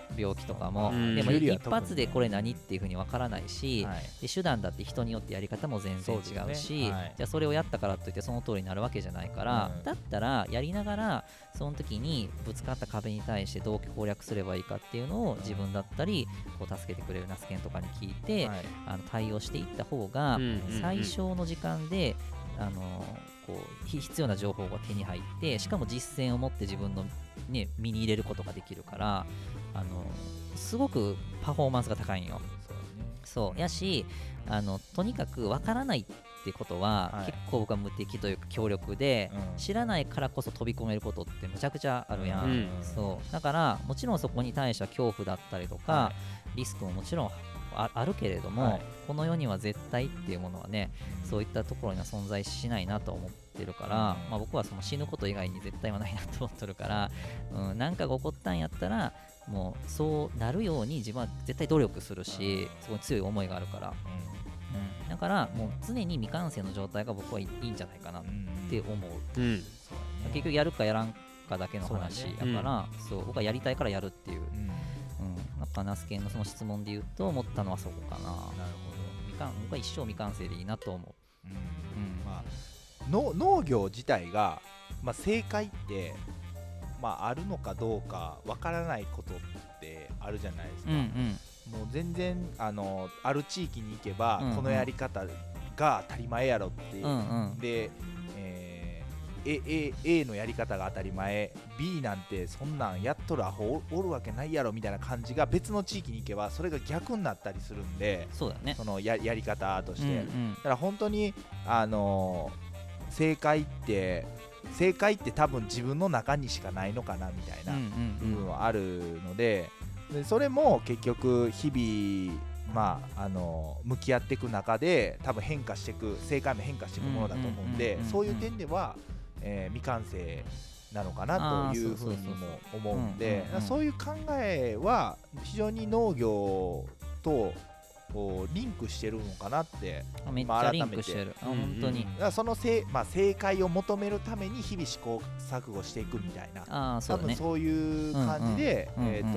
病気とかも、でも一発でこれ何っていう風に分からないし、で手段だって人によってやり方も全然違うし、じゃあそれをやったからといってその通りになるわけじゃないから、だったらやりながらその時にぶつかった壁に対してどう攻略すればいいかっていうのを自分だったりこう助けてくれるナスケンとかに聞いて、対応していった方が最小の時間でこう必要な情報が手に入って、しかも実践を持って自分の、ね、身に入れることができるから、すごくパフォーマンスが高いんよ。そうやし、とにかくわからないってことは、結構僕は無敵というか強力で、知らないからこそ飛び込めることってむちゃくちゃあるやん、そうだからもちろんそこに対しては恐怖だったりとか、リスクももちろんあるけれども、この世には絶対っていうものはね、そういったところには存在しないなと思ってるから、僕はその死ぬこと以外に絶対はないなと思ってるから、なんかが起こったんやったらもうそうなるように自分は絶対努力するし、そこに強い思いがあるから、だからもう常に未完成の状態が僕はいいんじゃないかなって思う、結局やるかやらんかだけの話だから、そう僕はやりたいからやるっていう、なんかナスケンのその質問で言うと思ったのはそこかな。なるほど。僕は一生未完成でいいなと思う。 農業自体が、正解って、あるのかどうかわからないことってあるじゃないですか。もう全然ある地域に行けば、このやり方が当たり前やろっていう、で、A のやり方が当たり前、 B なんてそんなんやっとるアホおるわけないやろみたいな感じが別の地域に行けばそれが逆になったりするんで、 そうだね、 その やり方として、だから本当に正解って多分自分の中にしかないのかなみたいな部分はあるので、それも結局日々向き合っていく中で多分正解も変化していくものだと思うんで、そういう点では未完成なのかなというふうにも思うんで、そういう考えは非常に農業とリンクしてるのかなって、 めっちゃリンクしてる、本当に。 その正解を求めるために日々試行錯誤していくみたいな、多分そういう感じで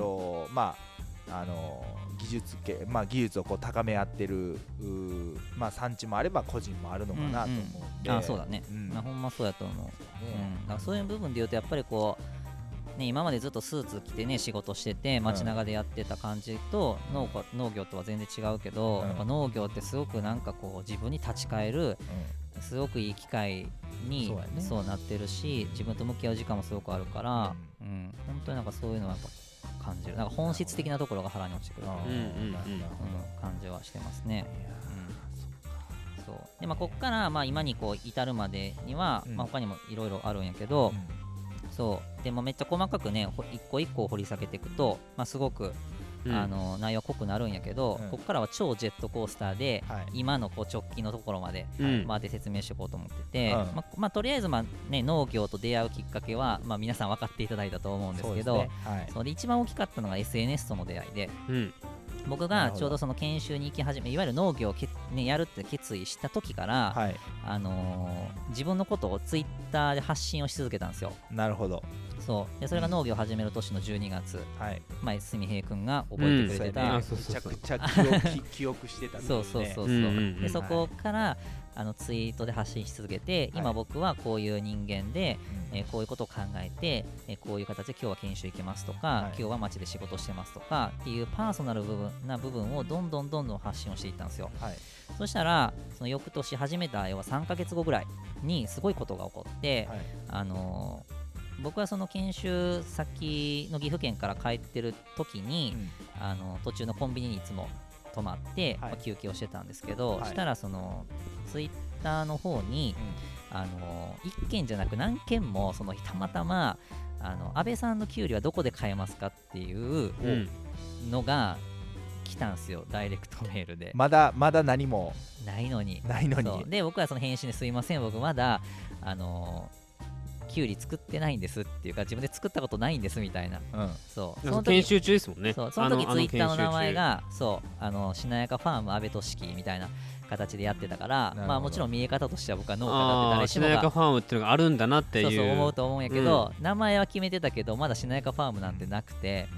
技術をこう高め合ってる産地もあれば個人もあるのかなと思うんで、 そうだね、ほんまそうやと思う、だからそういう部分で言うとやっぱりこう今までずっとスーツ着てね仕事してて街中でやってた感じと、農業とは全然違うけど、やっぱ農業ってすごくなんかこう自分に立ち返る、すごくいい機会にそうなってるし、自分と向き合う時間もすごくあるから、本当になんかそういうのはやっぱ感じる、なんか本質的なところが腹に落ちてくる感じはしてますね。そうで、こっから今にこう至るまでには、他にもいろいろあるんやけど、そうでもめっちゃ細かくね一個一個掘り下げていくと、すごく、内容濃くなるんやけど、ここからは超ジェットコースターで、今のこう直近のところまで、で説明していこうと思ってて、とりあえず、農業と出会うきっかけは、皆さん分かっていただいたと思うんですけど、それ一番大きかったのが SNS との出会いで、僕がちょうどその研修に行き始め、いわゆる農業をやるって決意した時から、自分のことをツイッターで発信をし続けたんですよ。 なるほど。 そうでそれが農業を始める年の12月、前住平君が覚えてくれてた、 めちゃくちゃ記憶してたんですね。 でそこからツイートで発信し続けて、今僕はこういう人間で、こういうことを考えて、こういう形で今日は研修行きますとか、今日は街で仕事してますとかっていうパーソナルな部分をどんどん発信をしていったんですよ。そしたらその翌年始めた要は3ヶ月後ぐらいにすごいことが起こって、僕はその研修先の岐阜県から帰ってる時に、途中のコンビニにいつも泊まって、休憩をしてたんですけど、したらそのツイッターの方に、1件じゃなく何件もそのたまたま安倍さんの給料はどこで買えますかっていうのが来たんですよ、ダイレクトメールで。 まだ何もないのにで僕はその返信ですいません、僕まだキュウリ作ってないんですっていうか、自分で作ったことないんですみたいな、 その研修中ですもんね。 その時ツイッターの名前がしなやかファーム安倍俊樹みたいな形でやってたから、もちろん見え方としては僕は農家だって誰しもがしなやかファームっていうのがあるんだなっていう思うと思うんやけど、名前は決めてたけどまだしなやかファームなんてなくて、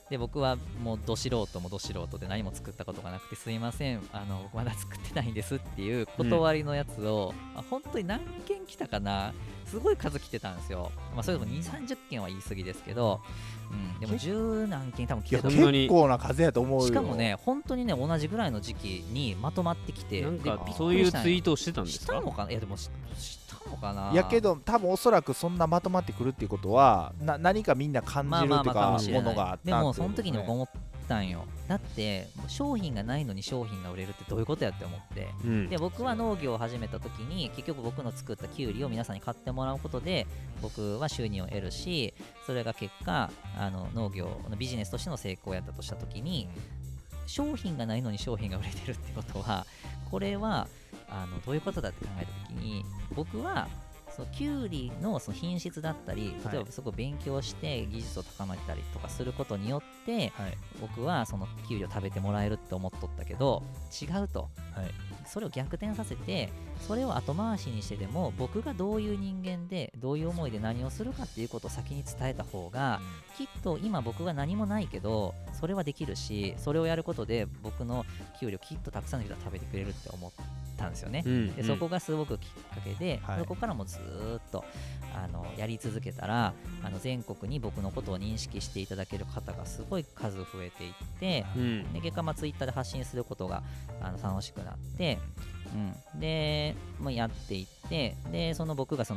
で僕はもうど素人もど素人で何も作ったことがなくて、すいません僕まだ作ってないんですっていう断りのやつを、本当に何件来たかな、すごい数来てたんですよ。それでも2、30件は言い過ぎですけど、でも10何件多分来てた。 結構な数やと思うよ。 しかもね、本当にね、同じぐらいの時期にまとまってきて、 なんかそういうツイートをしてたんですか？ したのかな。いやでもしたのかな。 いやけど多分おそらくそんなまとまってくるっていうことは何かみんな感じるというかものがあった。 でもその時に僕思ったんよ。だって商品がないのに商品が売れるってどういうことやって思って、で僕は農業を始めた時に結局僕の作ったキュウリを皆さんに買ってもらうことで僕は収入を得るし、それが結果農業のビジネスとしての成功やったとした時に、商品がないのに商品が売れてるってことは、これはどういうことだって考えた時に、僕はそのキュウリのその品質だったり、例えばそこを勉強して技術を高めたりとかすることによって、僕はそのキュウリを食べてもらえるって思っとったけど、違うと、それを逆転させて、それを後回しにしてでも僕がどういう人間でどういう思いで何をするかっていうことを先に伝えた方が、きっと今僕が何もないけどそれはできるし、それをやることで僕のキュウリをきっとたくさんの人が食べてくれるって思ったんですよね。でそこがすごくきっかけで、そこからもずっとやり続けたら全国に僕のことを認識していただける方がすごい数増えていって、で結果ツイッターで発信することが楽しくなって、で、やっていって、でその僕が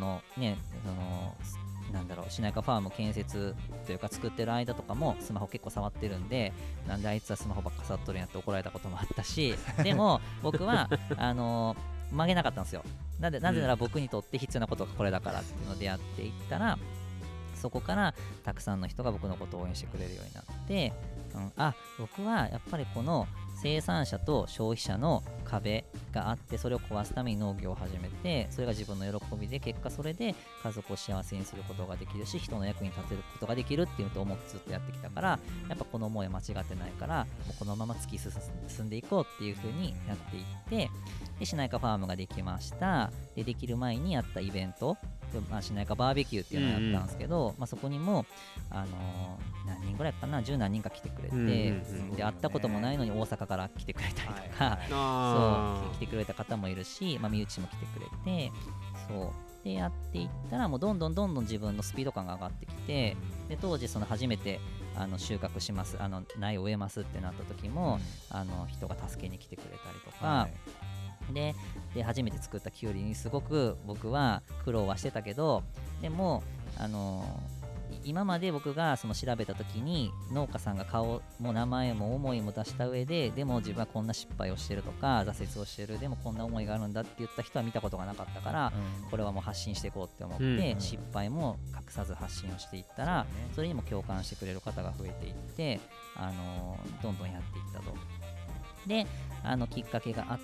なんだろう、シナイカファーム建設というか作ってる間とかもスマホ結構触ってるんで、なんであいつはスマホばっか触っとるんやって怒られたこともあったし、でも僕は曲げなかったんですよ。なぜなら僕にとって必要なことがこれだからっていうのでやっていったら、そこからたくさんの人が僕のことを応援してくれるようになって、僕はやっぱりこの生産者と消費者の壁があって、それを壊すために農業を始めて、それが自分の喜びで、結果それで家族を幸せにすることができるし、人の役に立てることができるっていうのと思ってずっとやってきたから、やっぱこの思いは間違ってないから、もうこのまま突き進んでいこうっていう風にやっていって、でシナイカファームができました。でできる前にやったイベント、シナイカバーベキューっていうのをやったんですけど、そこにも何人ぐらいかな、10何人か来てくれて、で会ったこともないのに大阪から来てくれたりとか、そう来てくれた方もいるし、身内も来てくれて、そうでやっていったら、もうどんどん自分のスピード感が上がってきて、で当時初めて収穫します、苗を植えますってなった時も、人が助けに来てくれたりとか、で初めて作ったキュウリにすごく僕は苦労はしてたけど、でも今まで僕が調べた時に農家さんが顔も名前も思いも出した上で、でも自分はこんな失敗をしてるとか挫折をしてる、でもこんな思いがあるんだって言った人は見たことがなかったから、これはもう発信していこうって思って、失敗も隠さず発信をしていったら、それにも共感してくれる方が増えていって、どんどんやっていったと。できっかけがあって、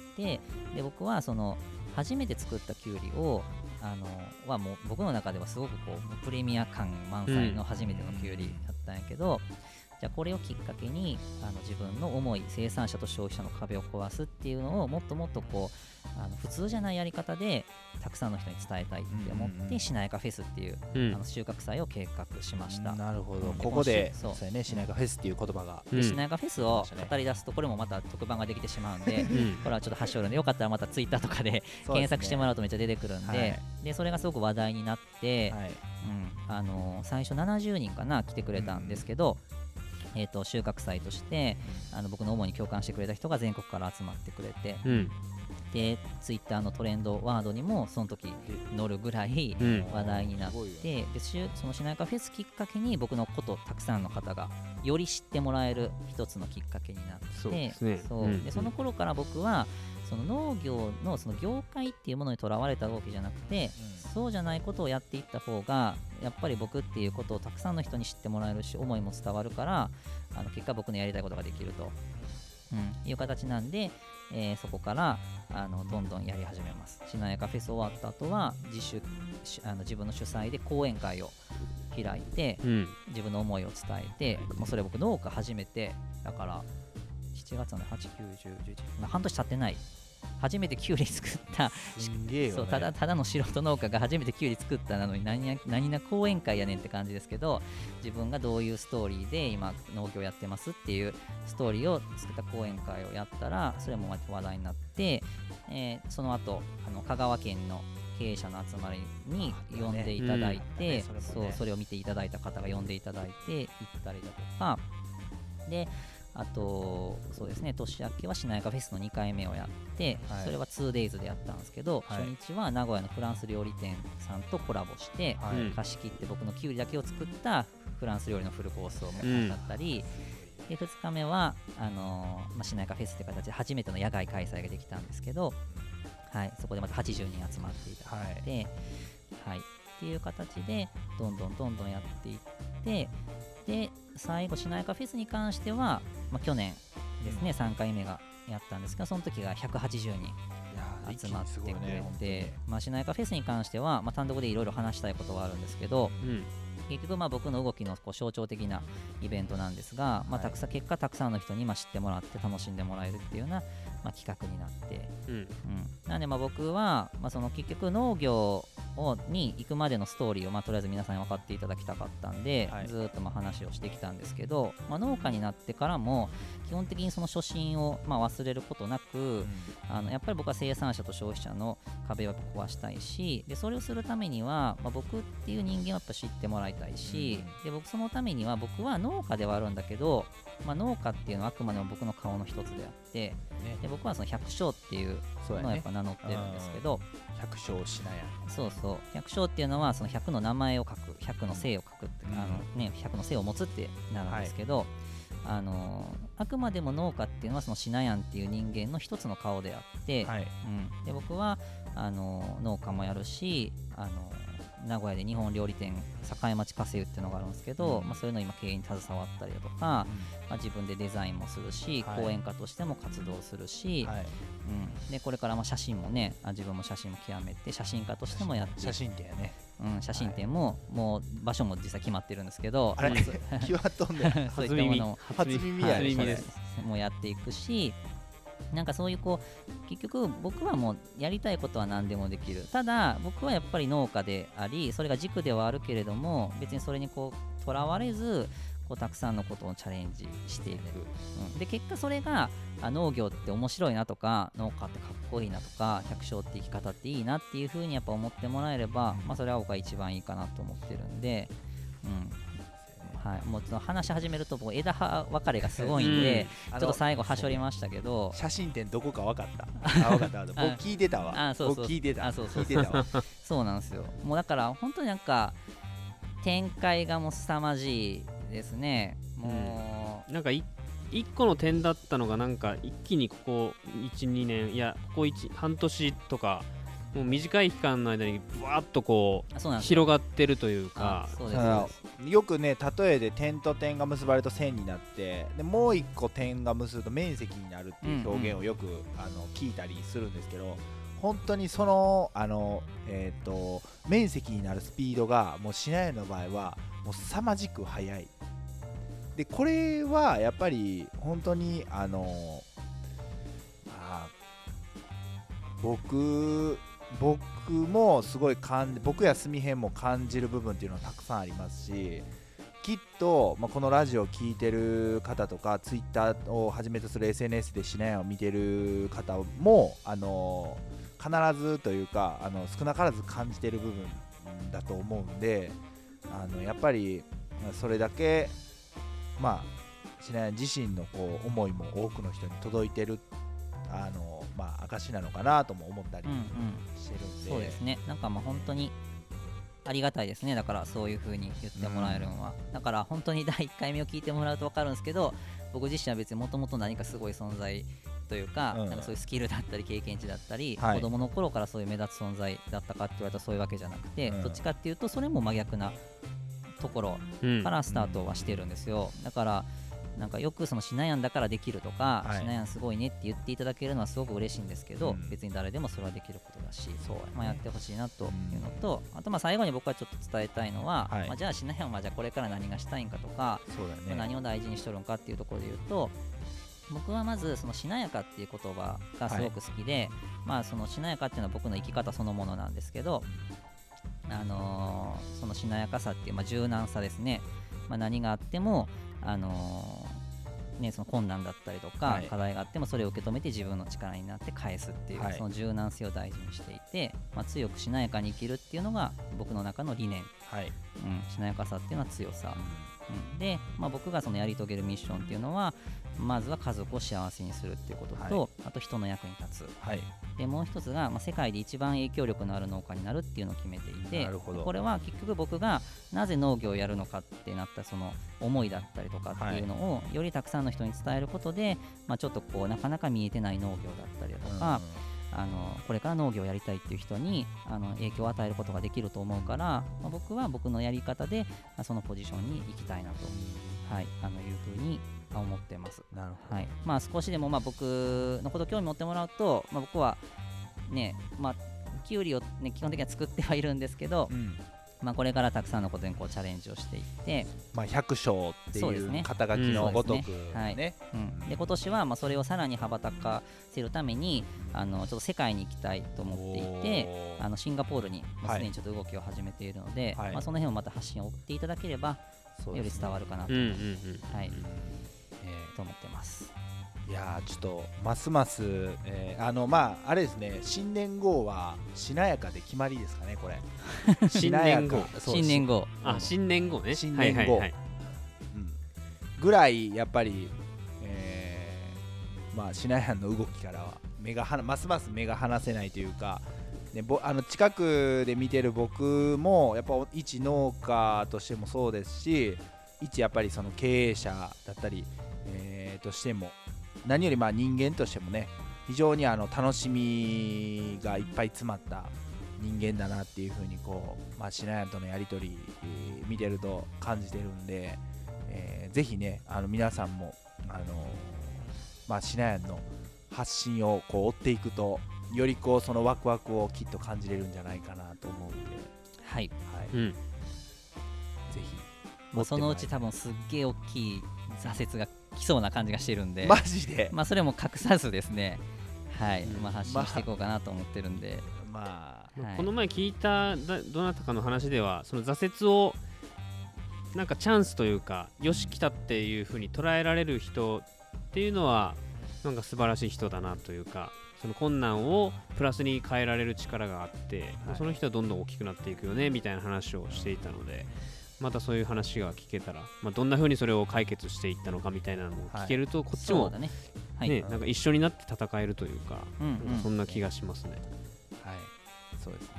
で僕は初めて作ったキュウリをはもう僕の中ではすごくプレミア感満載の初めてのキュウリだったんやけど、じゃあこれをきっかけに自分の思い、生産者と消費者の壁を壊すっていうのをもっともっと普通じゃないやり方でたくさんの人に伝えたいって思って、シナイカフェスっていう収穫祭を計画しました。 なるほど、ここでそうやね、シナイカフェスっていう言葉が、 シナイカフェスを語り出すとこれもまた特番ができてしまうんで、これはちょっと発祥なんで、よかったらまたツイッターとかで検索してもらうとめっちゃ出てくるんで、でそれがすごく話題になって、最初70人かな来てくれたんですけど、収穫祭として僕の思いに共感してくれた人が全国から集まってくれて、でツイッターのトレンドワードにもその時乗るぐらい話題になって、でそのシナイカフェスきっかけに僕のことたくさんの方がより知ってもらえる一つのきっかけになって、でその頃から僕はその農業のその業界っていうものにとらわれたわけじゃなくて、そうじゃないことをやっていった方がやっぱり僕っていうことをたくさんの人に知ってもらえるし、思いも伝わるから、結果僕のやりたいことができると、いう形なんで、そこからどんどんやり始めます。シナイカフェス終わった後は自分の主催で講演会を開いて、自分の思いを伝えて、もうそれ僕農家初めてだから7月の8、9、10、11、半年経ってない初めてキュウリ作ったすんげえよね。 そうただの素人農家が初めてキュウリ作ったなのに何な講演会やねんって感じですけど、自分がどういうストーリーで今農業やってますっていうストーリーを作った講演会をやったら、それも話題になって、その後香川県の経営者の集まりに呼んでいただいて、それを見ていただいた方が呼んでいただいて行ったりだとかで、あとそうですね、年明けはしなやかフェスの2回目をやって、それは 2days でやったんですけど、初日は名古屋のフランス料理店さんとコラボして、貸し切って僕のキュウリだけを作ったフランス料理のフルコースをやったり、で2日目はしなやかフェスって形で初めての野外開催ができたんですけど、そこでまた80人集まっていただいて、っていう形でどんどんやっていって、で最後しなやかフェスに関しては、去年ですね、3回目がやったんですが、その時が180人集まってくれて、しなやかフェスに関しては、単独でいろいろ話したいことはあるんですけど、結局僕の動きの象徴的なイベントなんですが、結果たくさんの人に知ってもらって楽しんでもらえるっていうような、企画になって、なので僕は、その結局農業に行くまでのストーリーを、とりあえず皆さんに分かっていただきたかったんで、ずっと話をしてきたんですけど、農家になってからも基本的にその初心を忘れることなく、やっぱり僕は生産者と消費者の壁を壊したいし、でそれをするためには、僕っていう人間をやっぱ知ってもらいたいし、で僕そのためには僕は農家ではあるんだけど、農家っていうのはあくまでも僕の顔の一つであって、で僕はその百姓っていうのをやっぱ名乗ってるんですけど、 百姓しなや、 百姓っていうのはその100の名前を書く、100の姓を書くって、100の姓を持つってなるんですけど、あくまでも農家っていうのはそのしなやんっていう人間の一つの顔であって、で僕は農家もやるし、名古屋で日本料理店栄町家政っていうのがあるんですけど、そういうの今経営に携わったりだとか、自分でデザインもするし、講演家としても活動するし、でこれから写真もね、自分も写真も極めて写真家としてもやって、 写真展やね、 写真展も、もう場所も実際決まってるんですけど、 あれ決まっとんねんそういったものも初耳やね、 もうやっていくし、なんかそういう結局僕はもうやりたいことは何でもできる。ただ僕はやっぱり農家であり、それが軸ではあるけれども、別にそれにとらわれずたくさんのことをチャレンジしていく、で結果それが農業って面白いなとか、農家ってかっこいいなとか、百姓って生き方っていいなっていう風にやっぱ思ってもらえれば、それは僕は一番いいかなと思ってるんで、もう話し始めると枝葉分かれがすごいんで、ちょっと最後はしょりましたけど、 写真展どこか分かった分かった僕聞いてたわ、僕聞いてたわそうなんですよ。もうだから本当になんか展開がもう凄まじいですね。もうなんか一個の点だったのが、なんか一気にここ 1,2 年、いやここ半年とか、もう短い期間の間にブワーッと広がってるというか、 よくね、例えで点と点が結ばれると線になって、でもう一個点が結ぶと面積になるっていう表現をよく聞いたりするんですけど、本当にその面積になるスピードがもうしなやの場合はもう凄まじく速い。でこれはやっぱり本当に僕もすごい僕やすみへんも感じる部分っていうのはたくさんありますし、きっと、このラジオを聞いてる方とかツイッターをはじめとする SNS でしなやを見てる方も必ずというか少なからず感じてる部分だと思うんで、やっぱりそれだけしなや自身の思いも多くの人に届いてる証なのかなとも思ったりしてるんで、 そうですね。なんか本当にありがたいですね。だからそういう風に言ってもらえるのは、だから本当に第1回目を聞いてもらうと分かるんですけど、僕自身は別にもともと何かすごい存在というか、なんかそういうスキルだったり経験値だったり、子供の頃からそういう目立つ存在だったかって言われたらそういうわけじゃなくて、どっちかっていうとそれも真逆なところからスタートはしてるんですよ。だからなんかよくそのしなやんだからできるとか、しなやんすごいねって言っていただけるのはすごく嬉しいんですけど、別に誰でもそれはできることだし、やってほしいなというのと、あと最後に僕はちょっと伝えたいのは、じゃあしなやんはじゃあこれから何がしたいんかとか、何を大事にしとるんかっていうところで言うと、 僕はまずそのしなやかっていう言葉がすごく好きで、そのしなやかっていうのは僕の生き方そのものなんですけど、そのしなやかさっていう、柔軟さですね、何があっても、その困難だったりとか、課題があってもそれを受け止めて自分の力になって返すっていう、その柔軟性を大事にしていて、強くしなやかに生きるっていうのが僕の中の理念、しなやかさっていうのは強さ、で、僕がそのやり遂げるミッションっていうのはまずは家族を幸せにするっていうことと、あと人の役に立つ、でもう一つが、世界で一番影響力のある農家になるっていうのを決めていて、これは結局僕がなぜ農業をやるのかってなったその思いだったりとかっていうのをよりたくさんの人に伝えることで、ちょっとこうなかなか見えてない農業だったりだとか、これから農業をやりたいっていう人に影響を与えることができると思うから、僕は僕のやり方でそのポジションに行きたいなと、いうふうに思ってます。 なるほど。 少しでも僕のこと興味持ってもらうと、僕はね、キュウリを、基本的には作ってはいるんですけど、これからたくさんのことにこうチャレンジをしていって、 百姓っていう肩書きのごとくね。 で今年はそれをさらに羽ばたかせるためにちょっと世界に行きたいと思っていて、シンガポールにすでにちょっと動きを始めているので、その辺をまた発信を追っていただければより伝わるかなと、と思ってます。 いやちょっとますます、あれですね、新年号はしなやかで決まりですかね、これ。 新年号、 新年号、 新年号ね、 新年号ぐらいやっぱり、しなやんの動きからはますます目が離せないというか、ね、近くで見てる僕もやっぱ一農家としてもそうですし、一やっぱりその経営者だったり、としても何より人間としてもね、非常に楽しみがいっぱい詰まった人間だなっていう風にこう、しなやんとのやり取り、見てると感じてるんで、ぜひね皆さんもしなやんの発信をこう追っていくと、よりこうそのワクワクをきっと感じれるんじゃないかなと思うんで、ぜひそのうち多分すっげえ大きい挫折が来そうな感じがしてるんで、 マジでそれも隠さずですね、発信していこうかなと思ってるんで、 この前聞いたどなたかの話では、その挫折をなんかチャンスというか、よし来たっていう風に捉えられる人っていうのはなんか素晴らしい人だなというか、その困難をプラスに変えられる力があって、その人はどんどん大きくなっていくよねみたいな話をしていたので、またそういう話が聞けたら、どんな風にそれを解決していったのかみたいなのも聞けると、こっちもなんか一緒になって戦えるというか、そんな気がしますね。 そうですね。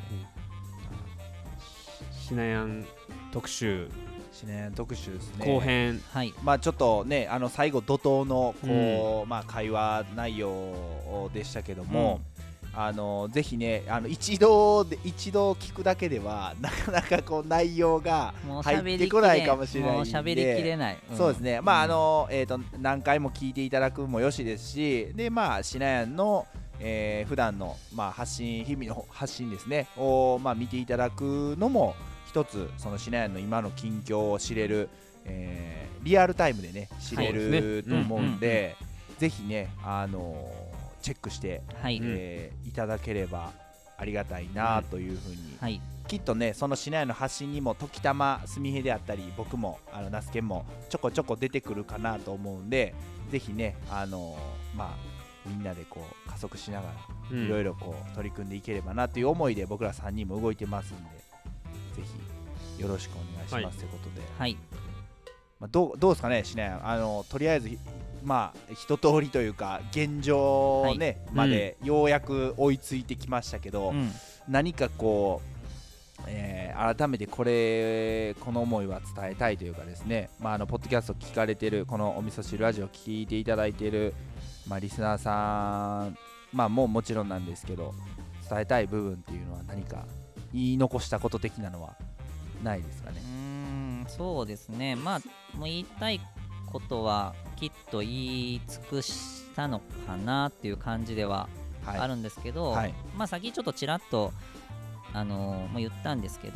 しなやん特集ですね。 後編、 ちょっとね最後怒涛のこう、会話内容でしたけども、ぜひね一度聞くだけではなかなかこう内容が入ってこないかもしれないんで、 喋りきれない、 そうですね。何回も聞いていただくもよしですし、でしなやんの普段の発信、日々の発信ですねを見ていただくのも一つ、そのしなやんの今の近況を知れる、リアルタイムでね知れると思うんで、ぜひねチェックして、いただければありがたいなというふうに、きっとねそのしなやんの発信にも時たますみへであったり、僕も那須研もちょこちょこ出てくるかなと思うんで、ぜひねみんなでこう加速しながらいろいろこう取り組んでいければなという思いで、僕ら3人も動いてますんで、ぜひよろしくお願いしますということで、どうですかね、しなやんとりあえず一通りというか現状ね、までようやく追いついてきましたけど、何かこう、改めてこの思いは伝えたいというかですね、ポッドキャスト聞かれてる、このお味噌汁ラジオ聞いていただいている、リスナーさんもちろんなんですけど、伝えたい部分っていうのは何か言い残したこと的なのはないですかね。 そうですね、もう言いたいことはきっと言い尽くしたのかなっていう感じではあるんですけど、さっきちょっとちらっと言ったんですけど、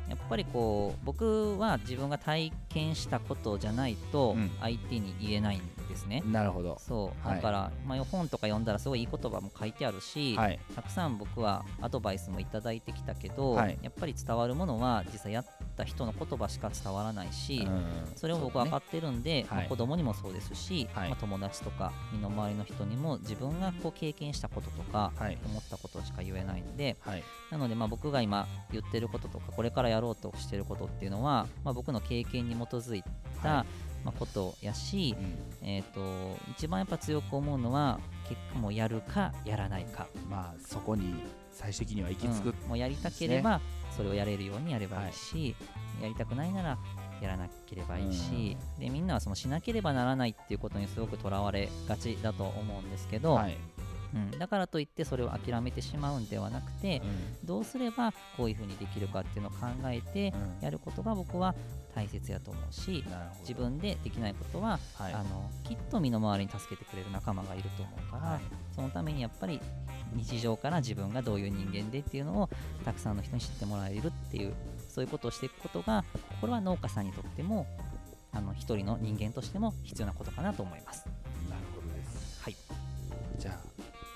やっぱりこう僕は自分が体験したことじゃないと相手に言えないんですね、 なるほど。 そうだから、本とか読んだらすごいいい言葉も書いてあるし、たくさん僕はアドバイスもいただいてきたけど、やっぱり伝わるものは実際やった人の言葉しか伝わらないし、それを僕は分かってるんで、子供にもそうですし、友達とか身の回りの人にも自分がこう経験したこととか、思ったことしか言えないんで、なので僕が今言ってることとかこれからやろうとしてることっていうのは、僕の経験に基づいた、ことやし、一番やっぱ強く思うのは結果もやるかやらないか、 そこに最終的には行き着く、 もうやりたければそれをやれるようにやればいいし、やりたくないならやらなければいいし、でみんなはそのしなければならないっていうことにすごくとらわれがちだと思うんですけど、だからといってそれを諦めてしまうんではなくて、どうすればこういう風にできるかっていうのを考えてやることが僕は大切やと思うし、自分でできないことは、きっと身の回りに助けてくれる仲間がいると思うから、そのためにやっぱり日常から自分がどういう人間でっていうのをたくさんの人に知ってもらえるっていう、そういうことをしていくことが、これは農家さんにとっても一人の人間としても必要なことかなと思います。 なるほどです。 はい、 じゃあ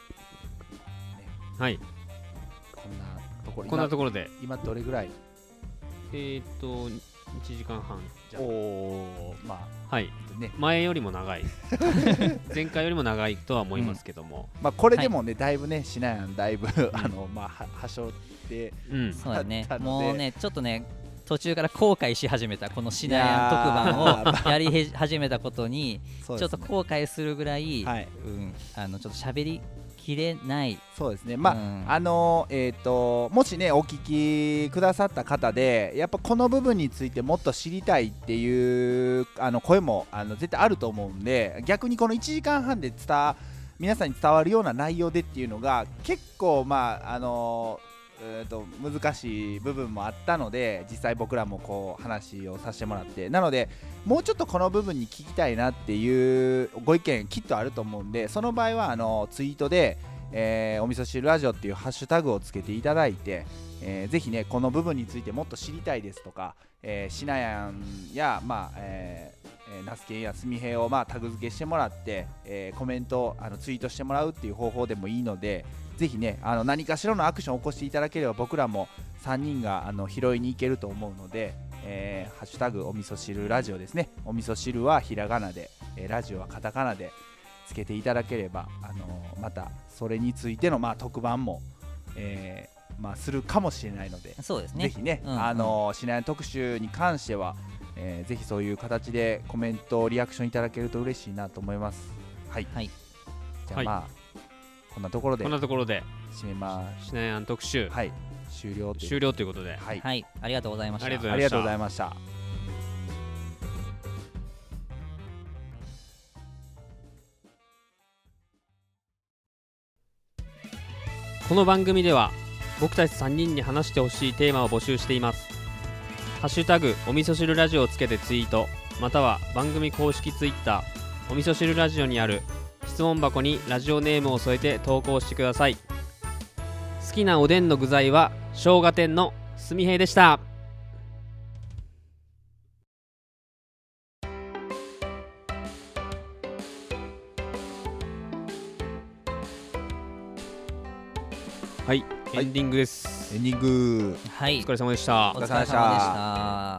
はい、 こんなところで今どれぐらい 1時間半じゃね、 前よりも長い前回よりも長いとは思いますけども、 これでもね、だいぶねしなやんだいぶはしょってそうだね、もうねちょっとね途中から後悔し始めた、このしなやん特番をやり始めたことにちょっと後悔するぐらい、ちょっと喋りきれない。 そうですね。もしねお聞きくださった方でやっぱこの部分についてもっと知りたいっていう声も絶対あると思うんで、逆にこの1時間半で皆さんに伝わるような内容でっていうのが結構難しい部分もあったので、実際僕らもこう話をさせてもらって、なのでもうちょっとこの部分に聞きたいなっていうご意見きっとあると思うんで、その場合はツイートで、お味噌汁ラジオっていうハッシュタグをつけていただいて、ぜひねこの部分についてもっと知りたいですとか、しなやんやナスケンやすみへいをタグ付けしてもらって、コメントツイートしてもらうっていう方法でもいいので、ぜひね何かしらのアクションを起こしていただければ僕らも3人が拾いに行けると思うので、ハッシュタグお味噌汁ラジオですね。お味噌汁はひらがなで、ラジオはカタカナでつけていただければ、またそれについての特番も、するかもしれないので、 そうですね、 ぜひね、しなやん特集に関しては、ぜひそういう形でコメントリアクションいただけると嬉しいなと思います。はい、じゃあこんなところで締めます。 しなやん特集、 終了ということで、 ありがとうございました。 ありがとうございました。 この番組では僕たち3人に話してほしいテーマを募集しています。ハッシュタグお味噌汁ラジオをつけてツイート、または番組公式ツイッターお味噌汁ラジオにある質問箱にラジオネームを添えて投稿してください。好きなおでんの具材は生姜店のすみへいでした。はい、エンディングです。 エンディング。 お疲れ様でした。 お疲れ様でした。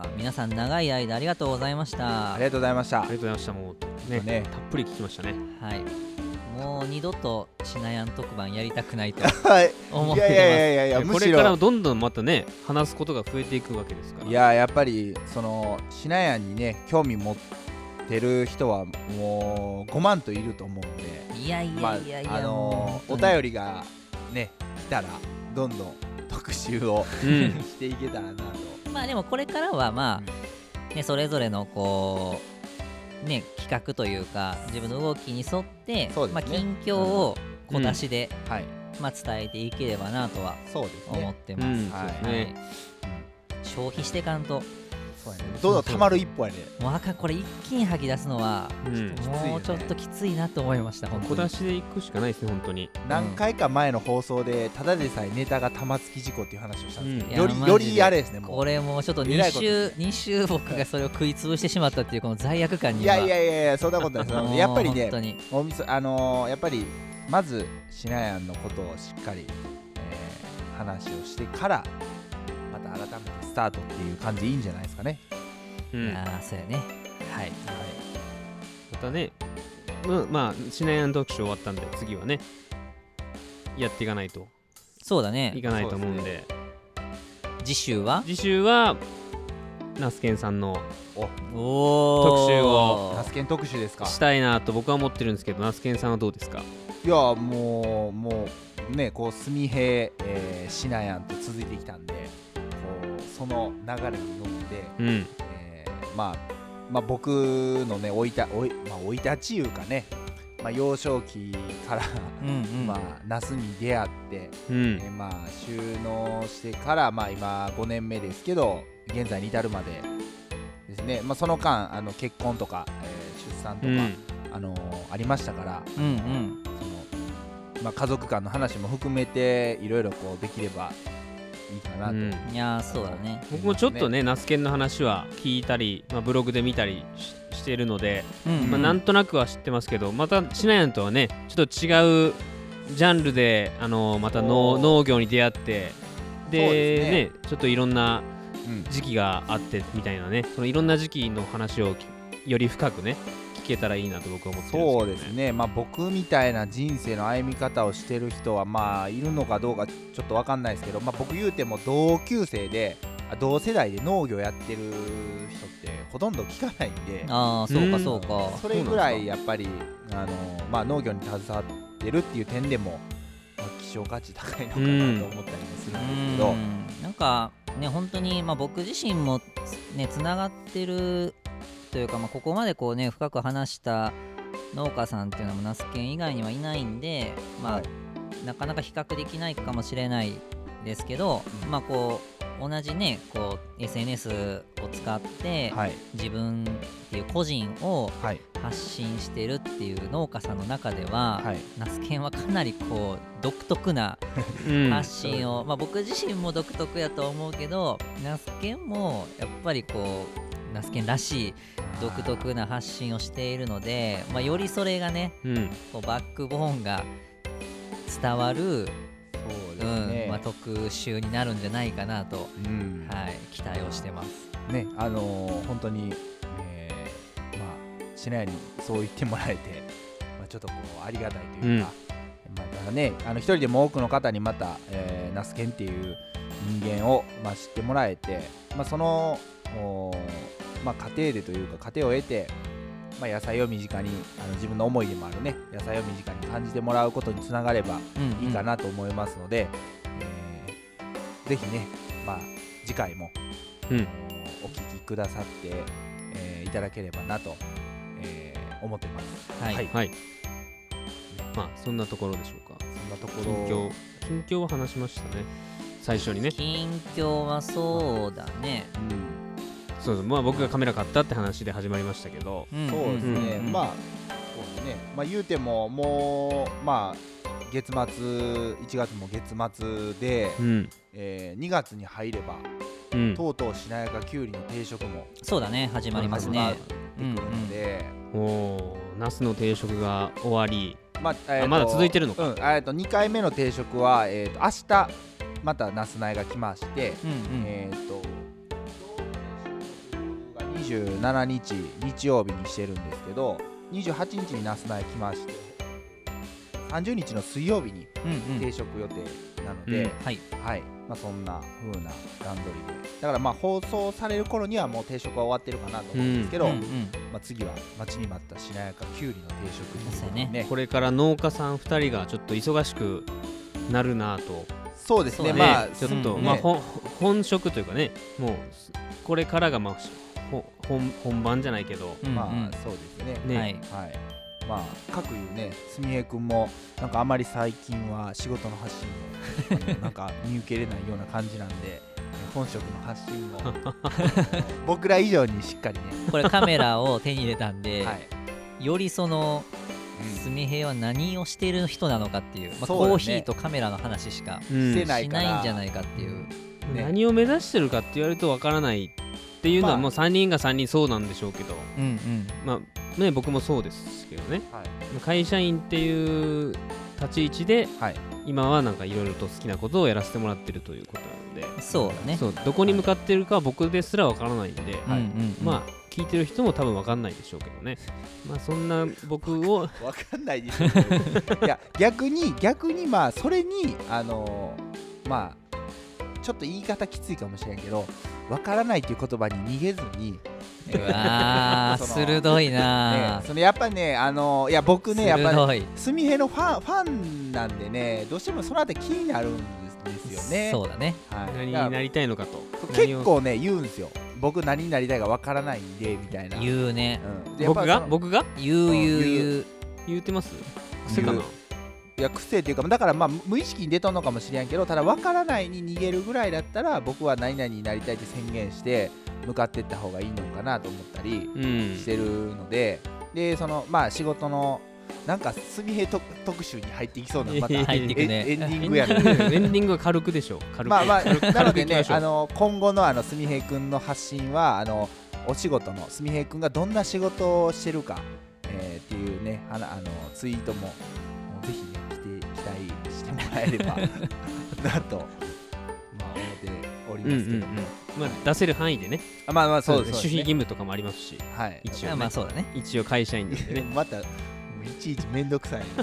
皆さん長い間ありがとうござざいました。 ありがとうございました。 ありがとうございました。もうね、たっぷり聞きましたね。 はい。もう二度としなやん特番やりたくないとはい思ってます。いやこれからどんどんまたね話すことが増えていくわけですから。 やっぱりそのしなやんにね興味持ってる人はもう5万といると思うんで。 いやお便りがね来たらどんどん特集を、していけたらなと。 でもこれからはねそれぞれのこうね企画というか自分の動きに沿って、近況を小出しで、伝えていければなとは思ってます。消費していかんとそうやね、どんどん溜まる一歩やね。 もうこれ一気に吐き出すのは、もうちょっときついなと思いました。 小出しでいくしかないですね、本当に。 何回か前の放送でただでさえネタが玉突き事故っていう話をしたんですけど、よりあれですね。もうこれもうちょっと2週僕がそれを食い潰してしまったっていうこの罪悪感には。 いやそんなことないです。やっぱりね、やっぱりまずしなやんのことをしっかり、話をしてからまた改めてスタートっていう感じでいいんじゃないですかね。 そうやね。はい。 またね、まあしなやん読書終わったんで、次はねやっていかないと。 そうだね。 いかないと思うんで。 次週はナスケンさんの特集をナスケン特集ですか。 したいなと僕は思ってるんですけど、ナスケンさんはどうですか。 いやもうね、こうすみへしなやんと続いてきたんで、こうその流れに乗って、まあ僕のね生い立ちいうかね、幼少期からまあナスに出会って、まあ収納してから今5年目ですけど、現在に至るまでですね。その間結婚とか、出産とか、ありましたから、家族間の話も含めていろいろこうできればいいかなと。 いやそうだね。 僕もちょっとねナスケンの話は聞いたり、ブログで見たりしてるので、なんとなくは知ってますけど、またしなやんとはねちょっと違うジャンルでまた農業に出会って、でねちょっといろんな時期があってみたいなね、そのいろんな時期の話をより深くね聞けたらいいなと僕は思ってるんですけどね。 そうですね。僕みたいな人生の歩み方をしてる人はいるのかどうかちょっと分かんないですけど、僕言うても同級生で同世代で農業やってる人ってほとんど聞かないんで。 そうか。 それぐらいやっぱり農業に携わってるっていう点でも、希少価値高いのかなと思ったりもするんですけど、 なんかね本当に僕自身もねつながってるというか、ここまでこうね深く話した農家さんっていうのもナスケン以外にはいないんで、なかなか比較できないかもしれないですけど、こう同じねこう SNS を使って、自分っていう個人を発信してるっていう農家さんの中では、ナスケンはかなりこう独特な発信を、僕自身も独特やと思うけど、ナスケンもやっぱりこうナスケンらしい独特な発信をしているので、よりそれがね、こうバックボーンが伝わる特集になるんじゃないかなと、期待をしてますね。 本当に、しなやにそう言ってもらえて、ちょっとこうありがたいというか、ただね一人でも多くの方にまた、ナスケンっていう人間を、知ってもらえて、その家庭でというか家庭を得て、野菜を身近に自分の思いでもあるね野菜を身近に感じてもらうことにつながればいいかなと思いますので、ぜひね、次回も、お聞きくださって、いただければなと、思ってます。 そんなところでしょうか。 そんなところ近況は話しましたね、最初にね。 近況はそうだね、 そうです。僕がカメラ買ったって話で始まりましたけど、 そうですね。言うてももう月末1月も月末で、2月に入れば、とうとうしなやかきゅうりの定食もそうだね始まりますね。 始まってくるので、 ナスの定食が終わり、まだ続いてるのか。 2回目の定食は、明日またナス苗が来まして、27日日曜日にしてるんですけど、28日にナス苗来まして、30日の水曜日に定食予定なので、そんな風な段取りで、だから放送される頃にはもう定食は終わってるかなと思うんですけど、次は待ちに待ったしなやかきゅうりの定食ですね。 これから農家さん2人がちょっと忙しくなるなと。 そうですね。 ちょっと本職というかね、もうこれからが本番じゃないけど、 そうですね。各いうね、すみへくんもなんかあまり最近は仕事の発信をなんか見受けれないような感じなんで、 本職の発信を僕ら以上にしっかりねこれカメラを手に入れたんで、 はい、 よりそのすみへいは何をしてる人なのかっていう、コーヒーとカメラの話しかしないんじゃないかっていう、 何を目指してるかって言われるとわからないっていうのはもう3人が3人そうなんでしょうけど、まあね、僕もそうですけどね、はい、会社員っていう立ち位置で、はい、今はなんかいろいろと好きなことをやらせてもらってるということなので、 そうだね、 そうどこに向かってるかは僕ですらわからないんで、はい、まあ聞いてる人も多分わかんないでしょうけどね。まあそんな僕をわかんないでしょうけどいや逆にまあそれにまあちょっと言い方きついかもしれんけど、わからないっていう言葉に逃げずにうわー鋭いな、 ね、そのやっぱねいや僕ねやっぱりすみへのファンなんでね、どうしてもそのあたり気になるんですよね。 そうだね、 はい、何になりたいのかと結構ね言うんですよ。僕何になりたいかわからないんでみたいな言うね、 僕が言ってます癖かな。 いや癖っていうか、だからまあ無意識に出とんのかもしれんけど、ただわからないに逃げるぐらいだったら僕は何々になりたいって宣言して向かっていった方がいいのかなと思ったりしてるので、でそのまあ仕事のなんかすみへ特集に入ってきそうなまた入ってくねエンディングやねエンディングは軽くでしょう。 まあなのでね今後のすみへいくんの発信はお仕事のすみへいくんがどんな仕事をしてるか、っていうねツイートもぜひね期待してもらえればなと思っておりますけど、 まあ出せる範囲でね。 まあそうですね。 守秘義務とかもありますし、 はい、 一応ね、 まあそうだね。 一応会社員でね。 またいちいちめんどくさい、ね。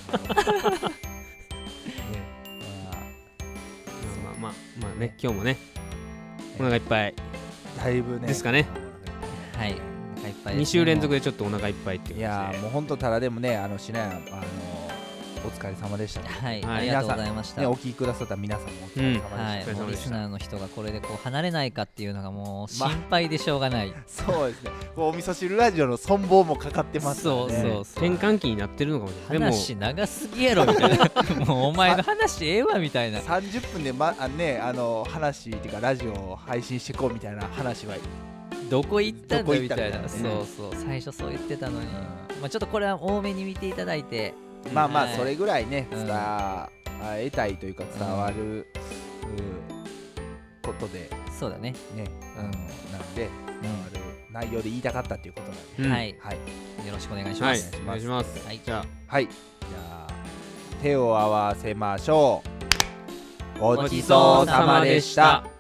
まあね、今日もね、お腹いっぱいだいぶねですかね。 はい。お腹いっぱい。 2週連続でちょっとお腹いっぱいっていう。 いやもう本当ただでもねしなやお疲れ様でした、ね。 はい、ありがとうございました。 ね、お聞きくださった皆さんもお疲れ様でした。 はい、リスナーの人がこれでこう離れないかっていうのがもう心配でしょうがない。 そうですね。お味噌汁ラジオの存亡もかかってますからね。 そう転換期になってるのかもしれない。 話長すぎやろみたいな。もうお前の話ええわみたいな。 30分で話っていうかラジオを配信してこうみたいな話はどこ行ったんだみたいな。そう最初そう言ってたのに。まあちょっとこれは多めに見ていただいて。 まあそれぐらいね伝えたいというか伝わることでそうだねなんで伝わる内容で言いたかったっていうことなんで、 はいよろしくお願いします。 お願いします。 じゃあ手を合わせましょう。ごちそうさまでした。